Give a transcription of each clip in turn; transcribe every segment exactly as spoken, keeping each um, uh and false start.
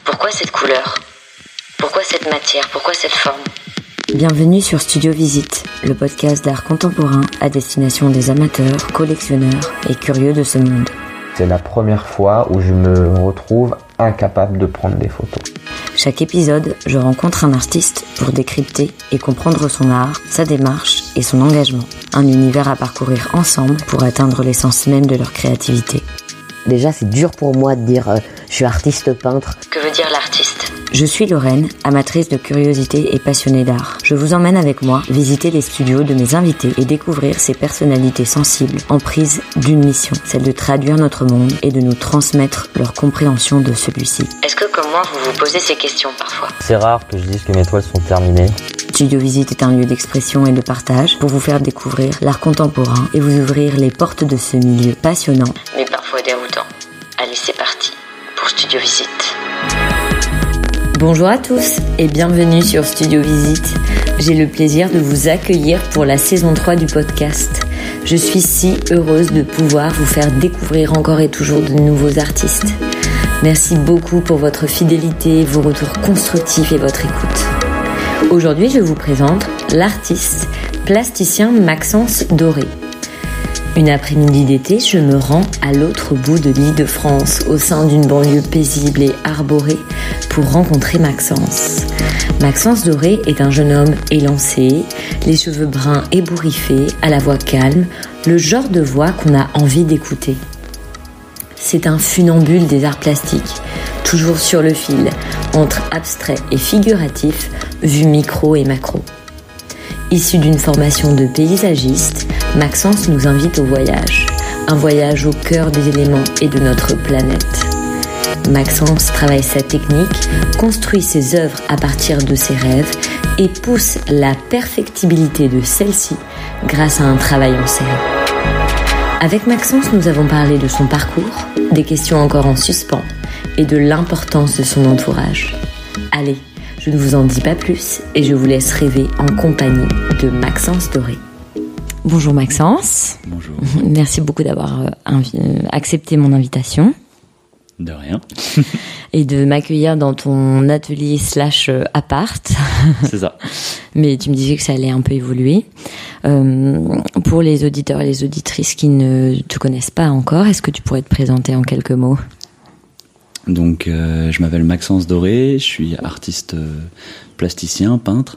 Pourquoi cette couleur ? Pourquoi cette matière ? Pourquoi cette forme ? Bienvenue sur Studio Visite, le podcast d'art contemporain à destination des amateurs, collectionneurs et curieux de ce monde. C'est la première fois où je me retrouve incapable de prendre des photos. Chaque épisode, je rencontre un artiste pour décrypter et comprendre son art, sa démarche et son engagement. Un univers à parcourir ensemble pour atteindre l'essence même de leur créativité. Déjà, c'est dur pour moi de dire euh, je suis artiste peintre. Que veut dire l'artiste ? Je suis Lorraine, amatrice de curiosité et passionnée d'art. Je vous emmène avec moi visiter les studios de mes invités et découvrir ces personnalités sensibles en prise d'une mission, celle de traduire notre monde et de nous transmettre leur compréhension de celui-ci. Est-ce que, comme moi, vous vous posez ces questions parfois ? C'est rare que je dise que mes toiles sont terminées. Studio Visite est un lieu d'expression et de partage pour vous faire découvrir l'art contemporain et vous ouvrir les portes de ce milieu passionnant, mais parfois déroutant. Allez, c'est parti pour Studio Visite. Bonjour à tous et bienvenue sur Studio Visite. J'ai le plaisir de vous accueillir pour la saison trois du podcast. Je suis si heureuse de pouvoir vous faire découvrir encore et toujours de nouveaux artistes. Merci beaucoup pour votre fidélité, vos retours constructifs et votre écoute. Aujourd'hui, je vous présente l'artiste plasticien Maxence Doré. Une après-midi d'été, je me rends à l'autre bout de l'Île-de-France, au sein d'une banlieue paisible et arborée, pour rencontrer Maxence. Maxence Doré est un jeune homme élancé, les cheveux bruns ébouriffés, à la voix calme, le genre de voix qu'on a envie d'écouter. C'est un funambule des arts plastiques, toujours sur le fil, entre abstrait et figuratif, vu micro et macro. Issu d'une formation de paysagiste, Maxence nous invite au voyage. Un voyage au cœur des éléments et de notre planète. Maxence travaille sa technique, construit ses œuvres à partir de ses rêves et pousse la perfectibilité de celle-ci grâce à un travail en série. Avec Maxence, nous avons parlé de son parcours, des questions encore en suspens et de l'importance de son entourage. Allez, je ne vous en dis pas plus et je vous laisse rêver en compagnie de Maxence Doré. Bonjour Maxence. Bonjour. Merci beaucoup d'avoir euh, invi- accepté mon invitation. De rien. Et de m'accueillir dans ton atelier slash euh, appart. C'est ça. Mais tu me disais que ça allait un peu évoluer. Euh, pour les auditeurs et les auditrices qui ne te connaissent pas encore, est-ce que tu pourrais te présenter en quelques mots ? Donc, euh, je m'appelle Maxence Doré, je suis artiste euh, plasticien, peintre,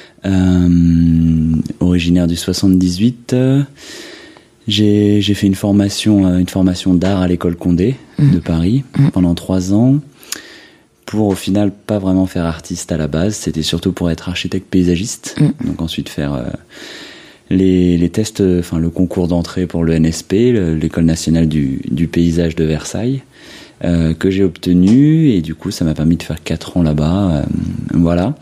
euh, originaire du soixante-dix-huit. Euh, j'ai, j'ai fait une formation, euh, une formation d'art à l'école Condé mmh. de Paris mmh. pendant trois ans, pour au final pas vraiment faire artiste à la base, c'était surtout pour être architecte paysagiste, mmh. donc ensuite faire euh, les, les tests, enfin le concours d'entrée pour le N S P, le, l'école nationale du, du paysage de Versailles. Euh, que j'ai obtenu et du coup ça m'a permis de faire quatre ans là-bas, euh, voilà.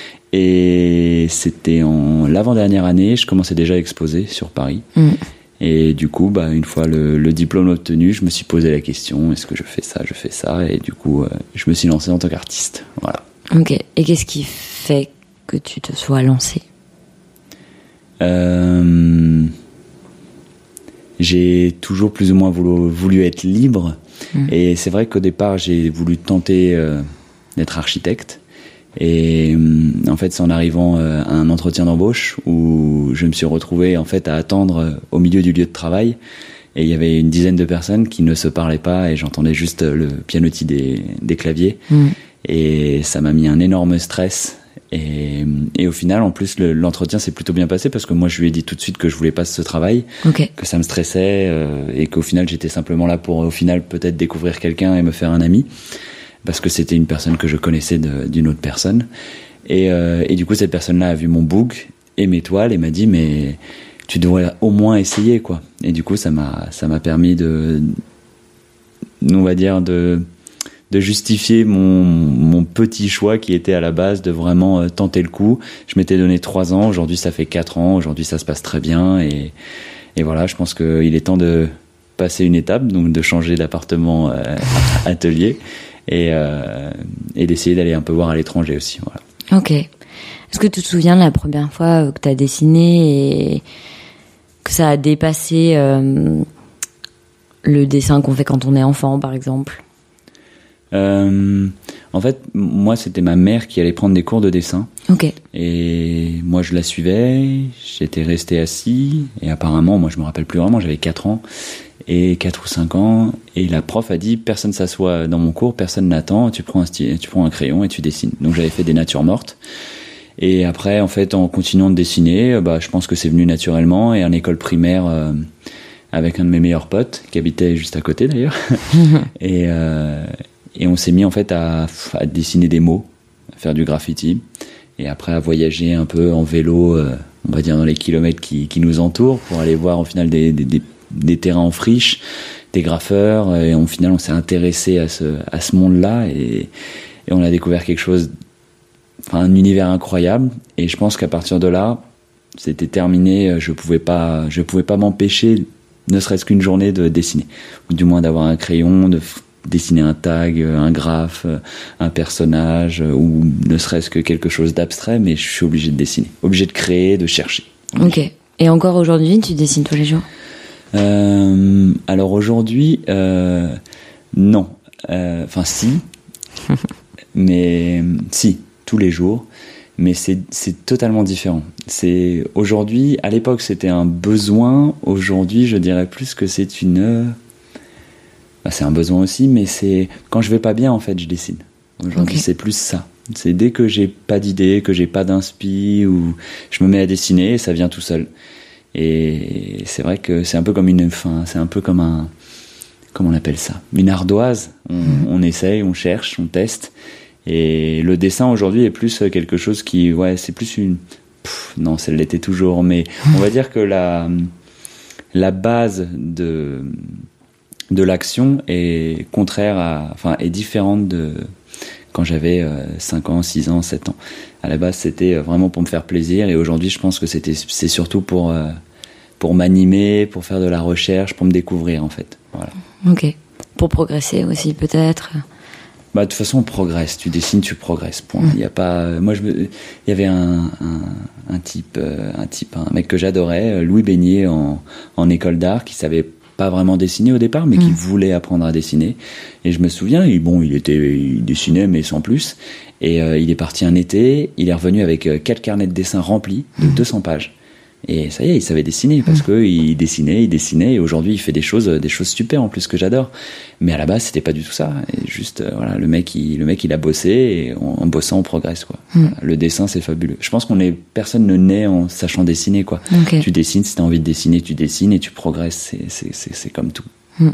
Et c'était en l'avant-dernière année, je commençais déjà à exposer sur Paris. Mmh. Et du coup, bah une fois le, le diplôme obtenu, je me suis posé la question, est-ce que je fais ça, je fais ça, et du coup, euh, je me suis lancé en tant qu'artiste, voilà. Ok. Et qu'est-ce qui fait que tu te sois lancé ? Euh, j'ai toujours plus ou moins voulu, voulu être libre. Mmh. Et c'est vrai qu'au départ, j'ai voulu tenter euh, d'être architecte. Et euh, en fait, c'est en arrivant euh, à un entretien d'embauche où je me suis retrouvé en fait à attendre euh, au milieu du lieu de travail. Et il y avait une dizaine de personnes qui ne se parlaient pas et j'entendais juste le pianotis des, des claviers. Mmh. Et ça m'a mis un énorme stress. Et, et au final, en plus, le, l'entretien s'est plutôt bien passé parce que moi, je lui ai dit tout de suite que je voulais pas ce travail, okay. que ça me stressait euh, et qu'au final, j'étais simplement là pour, au final, peut-être découvrir quelqu'un et me faire un ami parce que c'était une personne que je connaissais de, d'une autre personne. Et, euh, et du coup, cette personne-là a vu mon book et mes toiles et m'a dit, mais tu devrais au moins essayer, quoi. Et du coup, ça m'a, ça m'a permis de, on va dire, de de justifier mon, mon petit choix qui était à la base de vraiment euh, tenter le coup. Je m'étais donné trois ans, aujourd'hui ça fait quatre ans, aujourd'hui ça se passe très bien et, et voilà, je pense qu'il est temps de passer une étape, donc de changer d'appartement euh, atelier et, euh, et d'essayer d'aller un peu voir à l'étranger aussi. Voilà. Ok. Est-ce que tu te souviens de la première fois que tu as dessiné et que ça a dépassé euh, le dessin qu'on fait quand on est enfant, par exemple ? Euh, En fait, moi, c'était ma mère qui allait prendre des cours de dessin. Ok. Et moi, je la suivais. J'étais resté assis. Et apparemment, moi, je me rappelle plus vraiment. J'avais quatre ans et quatre ou cinq ans. Et la prof a dit, personne s'assoit dans mon cours, personne n'attend. Tu prends un stylet, tu prends un crayon et tu dessines. Donc, j'avais fait des natures mortes. Et après, en fait, en continuant de dessiner, bah, je pense que c'est venu naturellement. Et en école primaire, euh, avec un de mes meilleurs potes, qui habitait juste à côté d'ailleurs. et, euh, et on s'est mis en fait à, à dessiner des mots, à faire du graffiti. Et après, à voyager un peu en vélo, euh, on va dire dans les kilomètres qui, qui nous entourent, pour aller voir au final des, des, des, des terrains en friche, des graffeurs. Et au final, on s'est intéressé à ce, à ce monde-là. Et, et on a découvert quelque chose... Enfin, un univers incroyable, et je pense qu'à partir de là, c'était terminé. Je pouvais pas, je pouvais pas m'empêcher, ne serait-ce qu'une journée, de dessiner, ou du moins d'avoir un crayon, de f- dessiner un tag, un graphe, un personnage, ou ne serait-ce que quelque chose d'abstrait. Mais je suis obligé de dessiner, obligé de créer, de chercher. Ok. Et encore aujourd'hui, tu dessines tous les jours ? euh, Alors aujourd'hui, euh, non. Enfin, euh, si, mais si. Tous les jours, mais c'est c'est totalement différent. C'est aujourd'hui, à l'époque c'était un besoin, aujourd'hui je dirais plus que c'est une, bah, c'est un besoin aussi, mais c'est quand je vais pas bien en fait je dessine. Aujourd'hui okay. C'est plus ça. C'est dès que j'ai pas d'idée, que j'ai pas d'inspi, ou je me mets à dessiner et ça vient tout seul. Et c'est vrai que c'est un peu comme une, enfin c'est un peu comme un, comment on appelle ça, une ardoise. On, mmh. on essaye, on cherche, on teste. Et le dessin aujourd'hui est plus quelque chose qui, ouais, c'est plus une, pff, non, ça l'était toujours, mais on va dire que la, la base de, de l'action est contraire à, enfin, est différente de quand j'avais euh, cinq ans, six ans, sept ans. À la base, c'était vraiment pour me faire plaisir, et aujourd'hui, je pense que c'était, c'est surtout pour, euh, pour m'animer, pour faire de la recherche, pour me découvrir, en fait. Voilà. Ok. Pour progresser aussi, peut-être. Bah, de toute façon, on progresse. Tu dessines, tu progresses. Point. Il mmh. y a pas. Moi, je. Il y avait un, un, un type, un type, un mec que j'adorais, Louis Beignet, en, en école d'art, qui savait pas vraiment dessiner au départ, mais mmh. qui voulait apprendre à dessiner. Et je me souviens, il, bon, il était, il dessinait, mais sans plus. Et euh, il est parti un été. Il est revenu avec quatre carnets de dessin remplis de mmh. deux cents pages. Et ça y est, il savait dessiner, parce que il dessinait, il dessinait, et aujourd'hui il fait des choses, des choses super en plus que j'adore. Mais à la base, c'était pas du tout ça. Et juste, euh, voilà, le mec, il, le mec, il a bossé, et en, en bossant, on progresse, quoi. Mm. Voilà, le dessin, c'est fabuleux. Je pense qu'on est, personne ne naît en sachant dessiner, quoi. Okay. Tu dessines, si t'as envie de dessiner, tu dessines et tu progresses. C'est, c'est, c'est, c'est comme tout. Mm.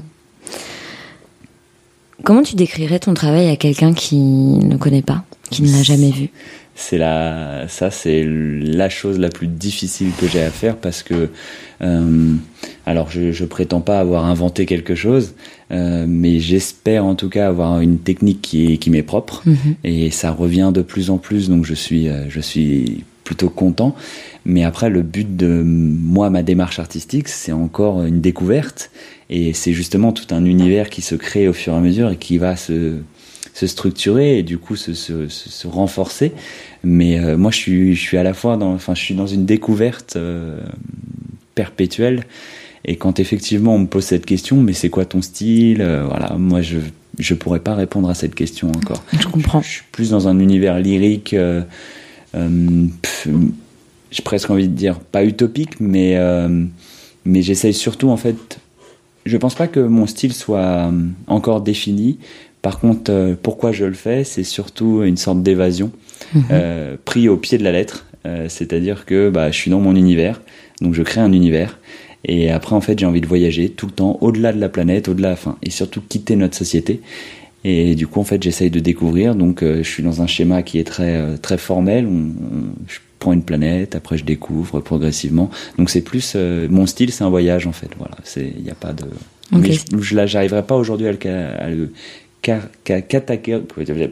Comment tu décrirais ton travail à quelqu'un qui ne connaît pas, qui ne l'a jamais vu ? C'est la, ça c'est la chose la plus difficile que j'ai à faire, parce que, euh, alors je, je prétends pas avoir inventé quelque chose, euh, mais j'espère en tout cas avoir une technique qui est, qui m'est propre, mmh. et ça revient de plus en plus, donc je suis, je suis plutôt content. Mais après, le but de moi, ma démarche artistique, c'est encore une découverte, et c'est justement tout un univers qui se crée au fur et à mesure et qui va se se structurer et du coup se, se, se, se renforcer. Mais euh, moi je suis, je suis à la fois dans, enfin je suis dans une découverte euh, perpétuelle, et quand effectivement on me pose cette question, mais c'est quoi ton style, euh, voilà, moi je je pourrais pas répondre à cette question encore. Je comprends. Je, je suis plus dans un univers lyrique, euh, euh, pff, j'ai presque envie de dire pas utopique, mais euh, mais j'essaye surtout, en fait, je pense pas que mon style soit encore défini. Par contre, euh, pourquoi je le fais, c'est surtout une sorte d'évasion, mmh. euh, pris au pied de la lettre. Euh, c'est-à-dire que bah, je suis dans mon univers, donc je crée un univers. Et après, en fait, j'ai envie de voyager tout le temps, au-delà de la planète, au-delà, enfin, et surtout quitter notre société. Et du coup, en fait, j'essaye de découvrir. Donc, euh, je suis dans un schéma qui est très, euh, très formel. On, on, je prends une planète, après je découvre progressivement. Donc, c'est plus euh, mon style, c'est un voyage, en fait. Voilà, c'est, il n'y a pas de. Okay. Mais je, je, là, j'arriverai pas aujourd'hui à le, à le Car, car, catégoriser.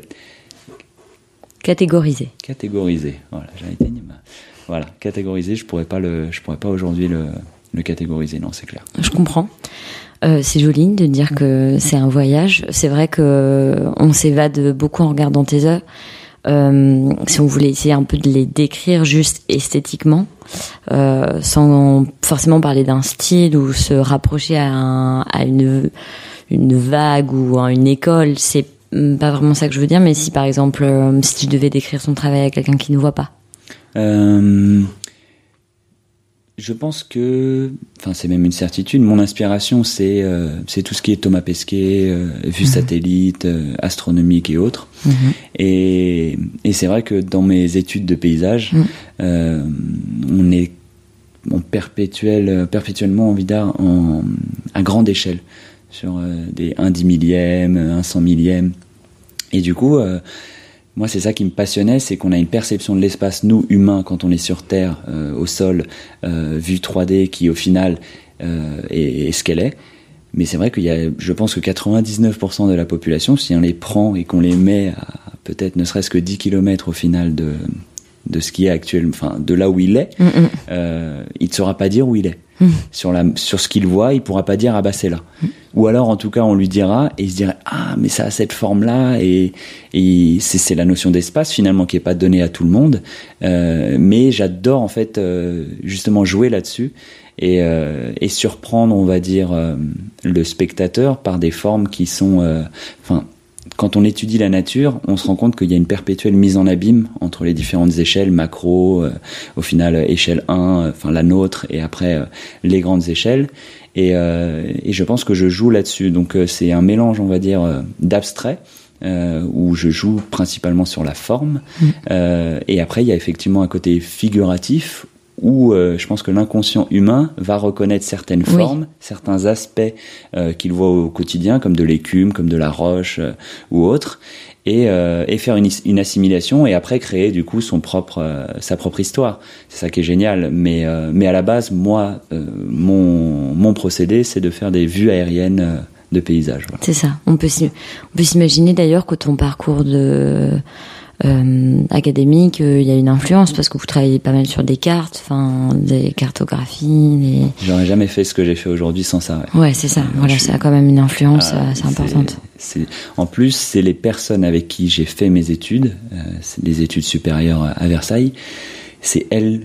Catégoriser. Catégoriser. Voilà, j'ai été voilà, catégoriser. Je pourrais pas le, je pourrais pas aujourd'hui le, le catégoriser. Non, c'est clair. Je comprends. Euh, c'est joli de dire que c'est un voyage. C'est vrai que on s'évade beaucoup en regardant tes œuvres. Euh, si on voulait essayer un peu de les décrire juste esthétiquement, euh, sans forcément parler d'un style ou se rapprocher à, un, à une une vague ou une école, c'est pas vraiment ça que je veux dire, mais si par exemple, euh, si tu devais décrire ton travail à quelqu'un qui ne voit pas. Euh, je pense que, enfin c'est même une certitude, mon inspiration c'est euh, c'est tout ce qui est Thomas Pesquet, euh, vue mmh. satellite, euh, astronomique et autres. Mmh. Et, et c'est vrai que dans mes études de paysage, mmh. euh, on est on perpétuel, perpétuellement envie d'art en, à grande échelle, sur euh, des un dix millième, un cent millième. Et du coup, euh, moi c'est ça qui me passionnait, c'est qu'on a une perception de l'espace, nous humains, quand on est sur Terre, euh, au sol, euh, vue trois D, qui au final euh, est, est ce qu'elle est. Mais c'est vrai qu'il y a, je pense que quatre-vingt-dix-neuf pour cent de la population, si on les prend et qu'on les met à peut-être ne serait-ce que dix kilomètres au final de de ce qui est actuel, enfin de là où il est, mmh. euh, il ne saura pas dire où il est. Mmh. Sur la, sur ce qu'il voit, il pourra pas dire ah bah c'est là. Mmh. Ou alors en tout cas on lui dira et il se dirait ah mais ça a cette forme là et, et c'est, c'est la notion d'espace finalement qui est pas donnée à tout le monde. Euh, mais j'adore en fait euh, justement jouer là-dessus et, euh, et surprendre on va dire euh, le spectateur par des formes qui sont, enfin. Euh, Quand on étudie la nature, on se rend compte qu'il y a une perpétuelle mise en abîme entre les différentes échelles, macro, euh, au final échelle un, euh, enfin la nôtre, et après euh, les grandes échelles. Et, euh, et je pense que je joue là-dessus. Donc euh, c'est un mélange, on va dire, euh, d'abstrait, euh, où je joue principalement sur la forme. Mmh. Euh, et après, il y a effectivement un côté figuratif, où euh, je pense que l'inconscient humain va reconnaître certaines oui. formes, certains aspects euh, qu'il voit au quotidien, comme de l'écume, comme de la roche euh, ou autre, et, euh, et faire une, une assimilation et après créer du coup son propre, euh, sa propre histoire. C'est ça qui est génial. Mais, euh, mais à la base, moi, euh, mon, mon procédé, c'est de faire des vues aériennes euh, de paysages. Voilà. C'est ça. On peut, on peut s'imaginer d'ailleurs que ton parcours de... Euh, académique, il euh, y a une influence parce que vous travaillez pas mal sur des cartes, enfin des cartographies. Des... J'aurais jamais fait ce que j'ai fait aujourd'hui sans ça. Ouais, ouais c'est ça. Euh, voilà, ça a quand même une influence ah, assez importante. C'est, c'est... En plus, c'est les personnes avec qui j'ai fait mes études, euh, c'est des études supérieures à Versailles. C'est elles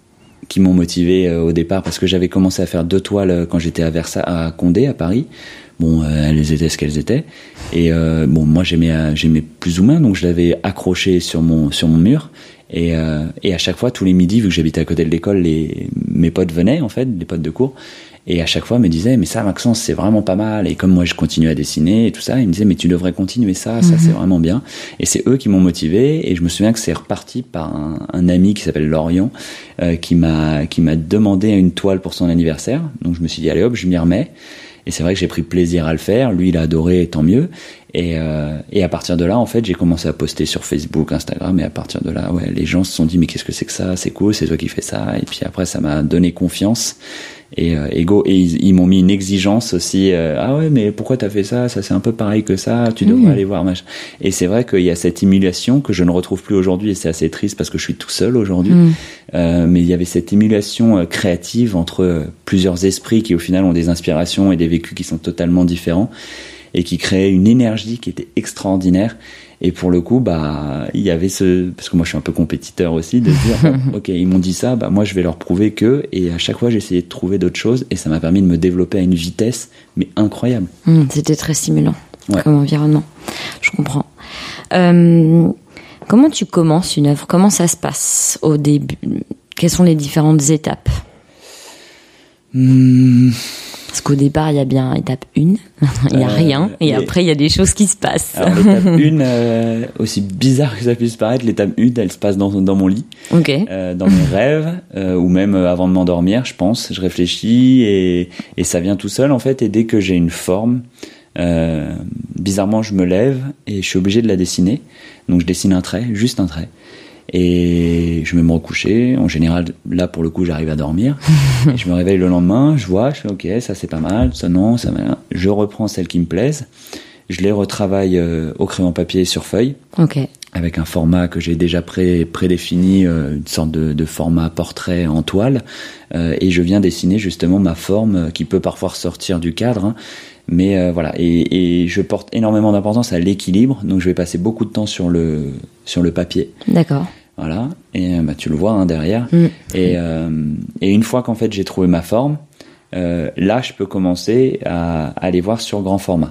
qui m'ont motivé euh, au départ parce que j'avais commencé à faire deux toiles quand j'étais à Versailles, à Condé, à Paris. Bon, euh, elles étaient ce qu'elles étaient. Et euh, bon, moi j'aimais, j'aimais plus ou moins, donc je l'avais accroché sur mon sur mon mur. Et, euh, et à chaque fois, tous les midis, vu que j'habitais à côté de l'école, les mes potes venaient en fait, les potes de cours. Et à chaque fois, me disaient mais ça, Maxence, c'est vraiment pas mal. Et comme moi, je continuais à dessiner et tout ça, ils me disaient mais tu devrais continuer ça, ça mm-hmm. c'est vraiment bien. Et c'est eux qui m'ont motivé. Et je me souviens que c'est reparti par un, un ami qui s'appelle Lorient, euh, qui m'a qui m'a demandé une toile pour son anniversaire. Donc je me suis dit allez hop, je m'y remets. Et c'est vrai que j'ai pris plaisir à le faire. Lui, il a adoré, tant mieux. Et, euh, et à partir de là, en fait, j'ai commencé à poster sur Facebook, Instagram. Et à partir de là, ouais, les gens se sont dit, mais qu'est-ce que c'est que ça? C'est cool, c'est toi qui fais ça. Et puis après, ça m'a donné confiance. Et, euh, et, go, et ils, ils m'ont mis une exigence aussi. Euh, ah ouais, mais pourquoi t'as fait ça? Ça, c'est un peu pareil que ça. Tu devrais mmh. aller voir. Machin. Et c'est vrai qu'il y a cette émulation que je ne retrouve plus aujourd'hui. Et c'est assez triste parce que je suis tout seul aujourd'hui. Mmh. Euh, mais il y avait cette émulation euh, créative entre euh, plusieurs esprits qui, au final, ont des inspirations et des vécus qui sont totalement différents. Et qui créait une énergie qui était extraordinaire. Et pour le coup, bah, il y avait ce, parce que moi je suis un peu compétiteur aussi, de se dire, bon, ok, ils m'ont dit ça, bah, moi je vais leur prouver que, et à chaque fois j'ai essayé de trouver d'autres choses, et ça m'a permis de me développer à une vitesse, mais incroyable. Mmh, c'était très stimulant, ouais. Comme environnement. Je comprends. Euh, comment tu commences une œuvre? Comment ça se passe au début? Quelles sont les différentes étapes? Mmh. Parce qu'au départ, il y a bien étape une, il n'y a euh, rien, et, et après, il y a des choses qui se passent. Alors, l'étape une, euh, aussi bizarre que ça puisse paraître, l'étape une, elle se passe dans, dans mon lit, okay. euh, dans mes rêves, euh, ou même avant de m'endormir, je pense. Je réfléchis, et, et ça vient tout seul, en fait, et dès que j'ai une forme, euh, bizarrement, je me lève, et je suis obligé de la dessiner. Donc, je dessine un trait, juste un trait. Et je vais me recoucher. En général, là, pour le coup, j'arrive à dormir. Et je me réveille le lendemain, je vois, je fais ok, ça c'est pas mal, ça non, ça va. Je reprends celles qui me plaisent. Je les retravaille euh, au crayon papier sur feuille. Ok. Avec un format que j'ai déjà pré, prédéfini, euh, une sorte de, de format portrait en toile. Euh, et je viens dessiner justement ma forme euh, qui peut parfois ressortir du cadre. Hein. Mais euh, voilà, et, et je porte énormément d'importance à l'équilibre. Donc je vais passer beaucoup de temps sur le, sur le papier. D'accord. Voilà, et bah, tu le vois hein, derrière. Mmh. Et, euh, et une fois qu'en fait j'ai trouvé ma forme, euh, là je peux commencer à, à aller voir sur grand format.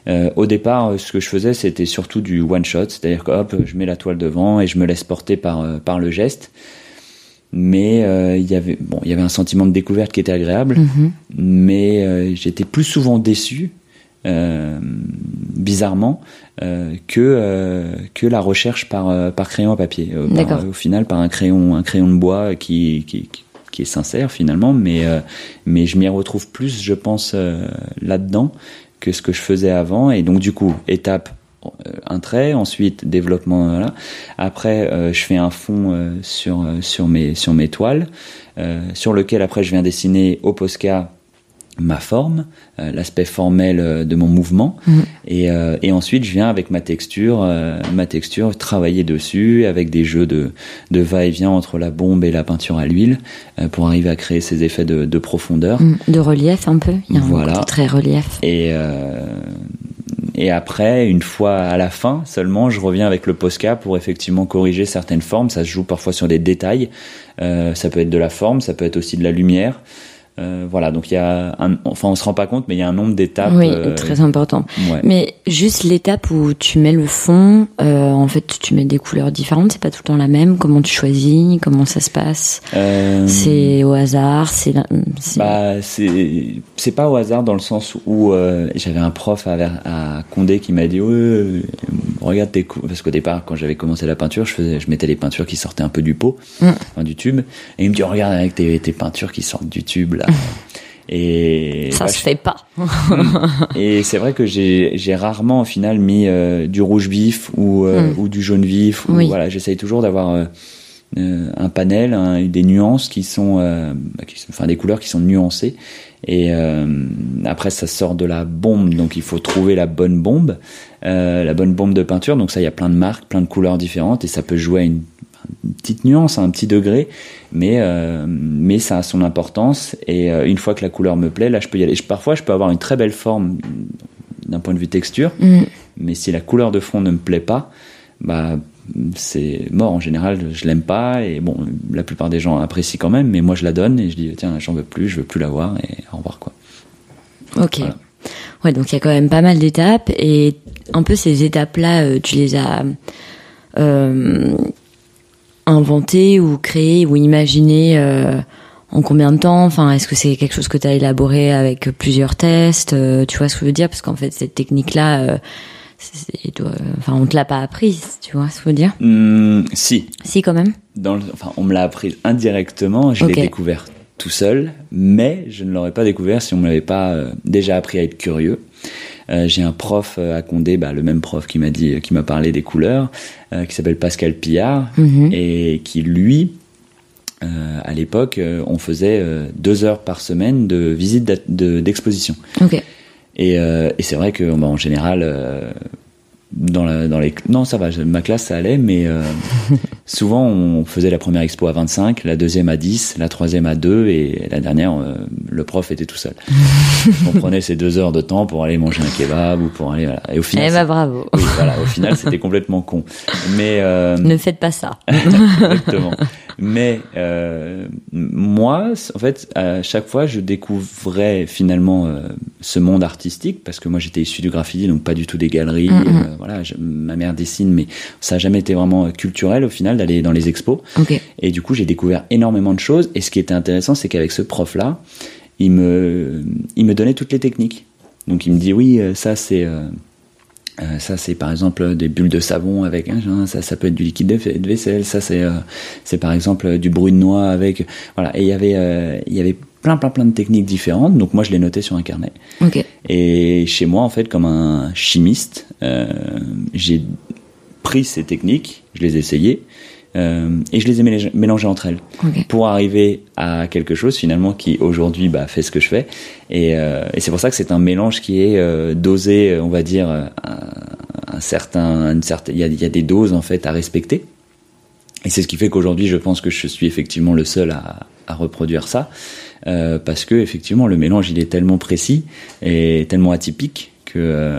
Euh, au départ, ce que je faisais, c'était surtout du one shot, c'est-à-dire que hop, je mets la toile devant et je me laisse porter par par le geste. Mais euh, il y avait bon, il y avait un sentiment de découverte qui était agréable, mmh. mais euh, j'étais plus souvent déçu, euh, bizarrement, euh, que euh, que la recherche par euh, par crayon à papier. Euh, par, euh, au final, par un crayon un crayon de bois qui qui qui est sincère finalement, mais euh, mais je m'y retrouve plus, je pense, euh, là-dedans que ce que je faisais avant. Et donc du coup, étape un trait, ensuite développement, voilà. Après euh, je fais un fond euh, sur euh, sur mes sur mes toiles, euh, sur lequel après je viens dessiner au Posca ma forme, euh, l'aspect formel euh, de mon mouvement, mmh. et euh, et ensuite je viens avec ma texture, euh, ma texture travailler dessus avec des jeux de de va-et-vient entre la bombe et la peinture à l'huile euh, pour arriver à créer ces effets de de profondeur, mmh. de relief un peu. Il y a voilà. un côté très relief. Et euh, Et après, une fois à la fin seulement, je reviens avec le Posca pour effectivement corriger certaines formes. Ça se joue parfois sur des détails. Euh, ça peut être de la forme, ça peut être aussi de la lumière. Euh, voilà, donc il y a un, enfin on se rend pas compte, mais il y a un nombre d'étapes. Oui, euh, très important. Ouais. Mais juste l'étape où tu mets le fond, euh, en fait, tu mets des couleurs différentes, c'est pas tout le temps la même. Comment tu choisis, comment ça se passe euh, C'est au hasard, c'est. c'est... Bah, c'est c'est pas au hasard dans le sens où euh, j'avais un prof à, à Condé qui m'a dit ouais, euh, regarde tes cou-, parce qu'au départ quand j'avais commencé la peinture, je faisais, je mettais les peintures qui sortaient un peu du pot, mm. enfin, du tube, et il me dit regarde avec tes, tes peintures qui sortent du tube là. Et ça bah, se je... fait pas. Et c'est vrai que j'ai j'ai rarement au final mis euh, du rouge vif ou euh, mm. ou du jaune vif. Ou, oui. Voilà, j'essaye toujours d'avoir euh, euh, un panel, un, des nuances qui sont, euh, qui sont, enfin des couleurs qui sont nuancées. Et euh, après ça sort de la bombe, donc il faut trouver la bonne bombe, euh, la bonne bombe de peinture. Donc ça, il y a plein de marques, plein de couleurs différentes, et ça peut jouer à une une petite nuance, à un petit degré, mais euh, mais ça a son importance. Et euh, une fois que la couleur me plaît, là je peux y aller. Je, parfois je peux avoir une très belle forme d'un point de vue texture, mmh. mais si la couleur de fond ne me plaît pas, bah c'est mort. En général, je l'aime pas, et bon, la plupart des gens apprécient quand même, mais moi je la donne et je dis tiens, j'en veux plus, je veux plus la voir, et au revoir quoi. Ok. Voilà. Ouais, donc il y a quand même pas mal d'étapes, et un peu ces étapes-là, euh, tu les as euh, inventer ou créer ou imaginer euh, en combien de temps? Enfin, est-ce que c'est quelque chose que tu as élaboré avec plusieurs tests? euh, Tu vois ce que je veux dire? Parce qu'en fait, cette technique-là, euh, c'est, doit, enfin, on te l'a pas apprise, tu vois ce que je veux dire? Mmh, si. Si, quand même. Dans le, enfin, on me l'a apprise indirectement. Je okay. l'ai découvert tout seul, mais je ne l'aurais pas découvert si on me l'avait pas euh, déjà appris à être curieux. Euh, j'ai un prof à Condé, bah, le même prof qui m'a dit, qui m'a parlé des couleurs, euh, qui s'appelle Pascal Pillard, mm-hmm. et qui lui, euh, à l'époque, euh, on faisait euh, deux heures par semaine de visite de, d'exposition. Okay. Et, euh, et c'est vrai que, bah, en général, euh, dans, la, dans les, non, ça va, ma classe ça allait, mais euh, souvent on faisait la première expo à vingt-cinq, la deuxième à dix, la troisième à deux, et la dernière, euh, le prof était tout seul. On prenait ces deux heures de temps pour aller manger un kebab ou pour aller, voilà. Et au final, eh bah bravo. Oui, voilà, au final c'était complètement con. Mais euh, ne faites pas ça. Exactement. Mais euh, moi, en fait, à chaque fois, je découvrais finalement euh, ce monde artistique, parce que moi j'étais issu du graffiti, donc pas du tout des galeries. Mm-hmm. Euh, voilà, je, ma mère dessine, mais ça a jamais été vraiment culturel au final d'aller dans les expos. Okay. Et du coup, j'ai découvert énormément de choses. Et ce qui était intéressant, c'est qu'avec ce prof-là, il me, il me donnait toutes les techniques. Donc il me dit oui, ça c'est euh, Euh, ça c'est par exemple des bulles de savon avec hein, ça ça peut être du liquide de vaisselle, ça c'est euh, c'est par exemple du bruit de noix avec voilà, et il y avait euh, il y avait plein plein plein de techniques différentes, donc moi je les notais sur un carnet. Okay. Et chez moi en fait, comme un chimiste, euh, j'ai pris ces techniques, je les ai essayées euh, et je les ai mélangées, mélangées entre elles, okay. pour arriver à quelque chose finalement qui aujourd'hui bah, fait ce que je fais, et, euh, et c'est pour ça que c'est un mélange qui est euh, dosé, on va dire un, un certain, une certaine, il y a, il y a des doses en fait à respecter, et c'est ce qui fait qu'aujourd'hui je pense que je suis effectivement le seul à, à reproduire ça, euh, parce que effectivement le mélange il est tellement précis et tellement atypique que euh,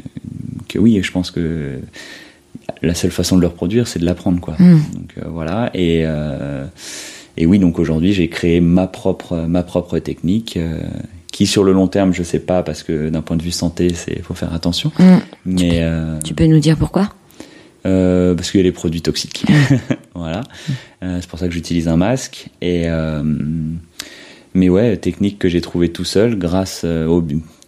que oui, je pense que la seule façon de le reproduire, c'est de l'apprendre, quoi. Mm. Donc euh, voilà. Et euh, et oui, donc aujourd'hui, j'ai créé ma propre ma propre technique euh, qui sur le long terme, je sais pas, parce que d'un point de vue santé, c'est faut faire attention. Mmh. Mais tu, peux, euh, tu peux nous dire pourquoi? euh, Parce qu'il y a les produits toxiques. Voilà. Euh, c'est pour ça que j'utilise un masque. Et euh, mais ouais, technique que j'ai trouvée tout seul grâce au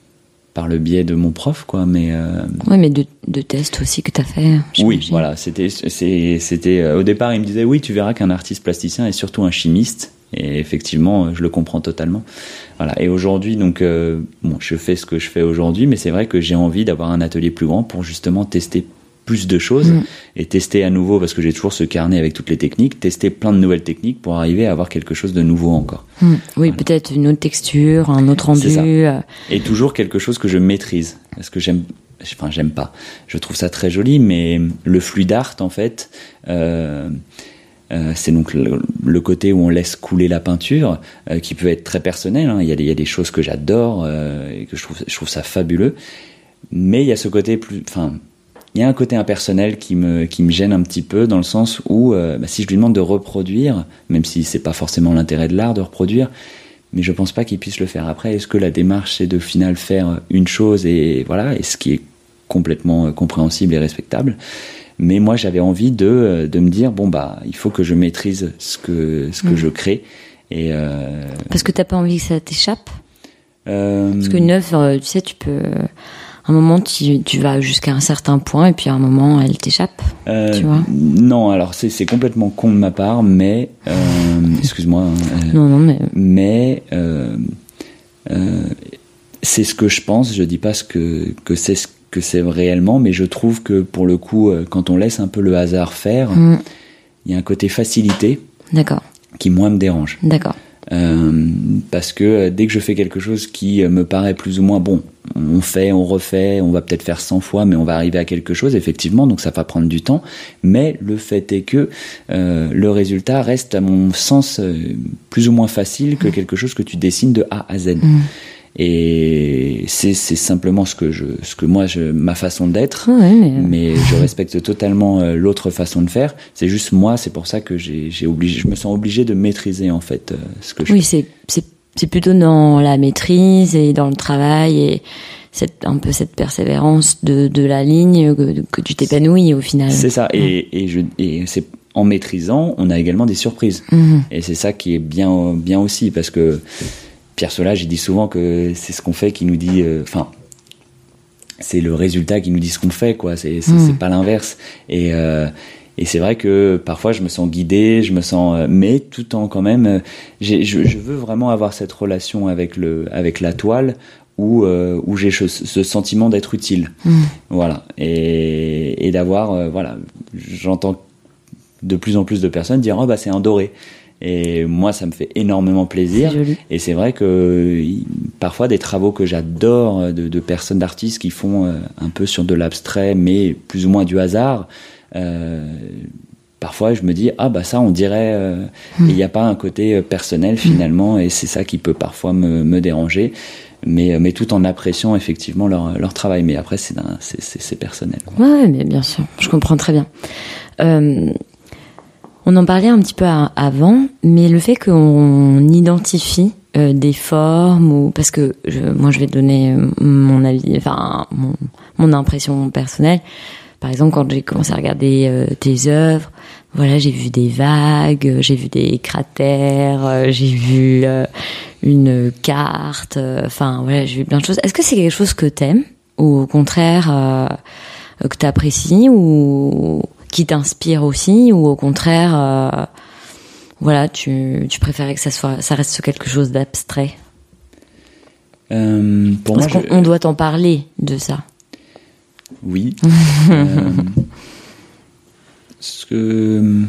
par le biais de mon prof, quoi. Mais euh... ouais, mais de, de tests aussi que t'as fait. Oui, voilà. C'était, c'est, c'était. Au départ, il me disait oui, tu verras qu'un artiste plasticien est surtout un chimiste. Et effectivement, je le comprends totalement. Voilà. Et aujourd'hui, donc, euh, bon, je fais ce que je fais aujourd'hui, mais c'est vrai que j'ai envie d'avoir un atelier plus grand pour justement tester plus de choses mmh. et tester à nouveau, parce que j'ai toujours ce carnet avec toutes les techniques, tester plein de nouvelles techniques pour arriver à avoir quelque chose de nouveau encore. Mmh. Oui, voilà. Peut-être une autre texture, un autre rendu. Et toujours quelque chose que je maîtrise, parce que j'aime, enfin j'aime pas. Je trouve ça très joli, mais le fluid art, en fait, euh, euh, c'est donc le, le côté où on laisse couler la peinture, euh, qui peut être très personnel. Hein. Il y a des, il y a des choses que j'adore euh, et que je trouve, je trouve ça fabuleux, mais il y a ce côté plus, enfin. Il y a un côté impersonnel qui me, qui me gêne un petit peu, dans le sens où euh, bah, si je lui demande de reproduire, même si c'est pas forcément l'intérêt de l'art de reproduire, mais je pense pas qu'il puisse le faire après. Est-ce que la démarche c'est de au final faire une chose et voilà, et ce qui est complètement euh, compréhensible et respectable. Mais moi j'avais envie de, de me dire bon bah il faut que je maîtrise ce que, ce que mmh. je crée. Et, euh... Parce que t'as pas envie que ça t'échappe euh... Parce qu'une œuvre, tu sais, tu peux... À un moment, tu, tu vas jusqu'à un certain point, et puis à un moment, elle t'échappe, euh, tu vois. Non, alors c'est, c'est complètement con de ma part, mais... Euh, excuse-moi. Euh, non, non, mais... Mais euh, euh, c'est ce que je pense, je dis pas ce que, que c'est ce que c'est réellement, mais je trouve que, pour le coup, quand on laisse un peu le hasard faire, il mmh. y a un côté facilité. D'accord. Qui, moi, me dérange. D'accord. Euh, parce que dès que je fais quelque chose qui me paraît plus ou moins bon, on fait, on refait, on va peut-être faire cent fois, mais on va arriver à quelque chose, effectivement, donc ça va prendre du temps, mais le fait est que euh, le résultat reste, à mon sens, euh, plus ou moins facile que quelque chose que tu dessines de A à Z. Mmh. Et c'est, c'est simplement ce que je, ce que moi, je, ma façon d'être, ouais, mais... mais je respecte totalement euh, l'autre façon de faire. C'est juste moi, c'est pour ça que j'ai, j'ai obligé, je me sens obligé de maîtriser en fait euh, ce que je oui, fais. Oui, c'est, c'est, c'est plutôt dans la maîtrise et dans le travail et cette, un peu cette persévérance de, de la ligne que, que tu t'épanouis au final. C'est ça, et, et, je, et c'est en maîtrisant, on a également des surprises. Mmh. Et c'est ça qui est bien, bien aussi, parce que Pierre Solage, il dit souvent que c'est ce qu'on fait qui nous dit... Enfin, euh, c'est le résultat qui nous dit ce qu'on fait, quoi. C'est, c'est, mmh. c'est pas l'inverse. Et, euh, et c'est vrai que parfois, je me sens guidé, je me sens... Euh, mais tout en quand même... J'ai, je, je veux vraiment avoir cette relation avec, le, avec la toile où, euh, où j'ai ce, ce sentiment d'être utile. Mmh. Voilà. Et, et d'avoir... Euh, voilà. J'entends de plus en plus de personnes dire « Oh, bah, c'est un doré ». Et moi, ça me fait énormément plaisir. C'est et c'est vrai que parfois, des travaux que j'adore de, de personnes, d'artistes qui font euh, un peu sur de l'abstrait, mais plus ou moins du hasard, euh, parfois je me dis, ah bah ça, on dirait... Euh, mmh. Il n'y a pas un côté personnel finalement, mmh. et c'est ça qui peut parfois me, me déranger. Mais, mais tout en appréciant effectivement leur, leur travail. Mais après, c'est, un, c'est, c'est, c'est personnel. Ouais, mais bien sûr, je comprends très bien. Euh... On en parlait un petit peu avant, mais le fait qu'on identifie euh, des formes, ou parce que je, moi je vais donner mon avis, enfin mon, mon impression personnelle. Par exemple, quand j'ai commencé à regarder euh, tes œuvres, voilà, j'ai vu des vagues, j'ai vu des cratères, euh, j'ai vu euh, une carte, enfin euh, voilà, j'ai vu plein de choses. Est-ce que c'est quelque chose que t'aimes, ou au contraire euh, que t'apprécies, ou qui t'inspire aussi, ou au contraire, euh, voilà, tu, tu préférais que ça soit, ça reste quelque chose d'abstrait? euh, pour Parce moi, qu'on je... on doit t'en parler de ça. Oui. euh, ce que...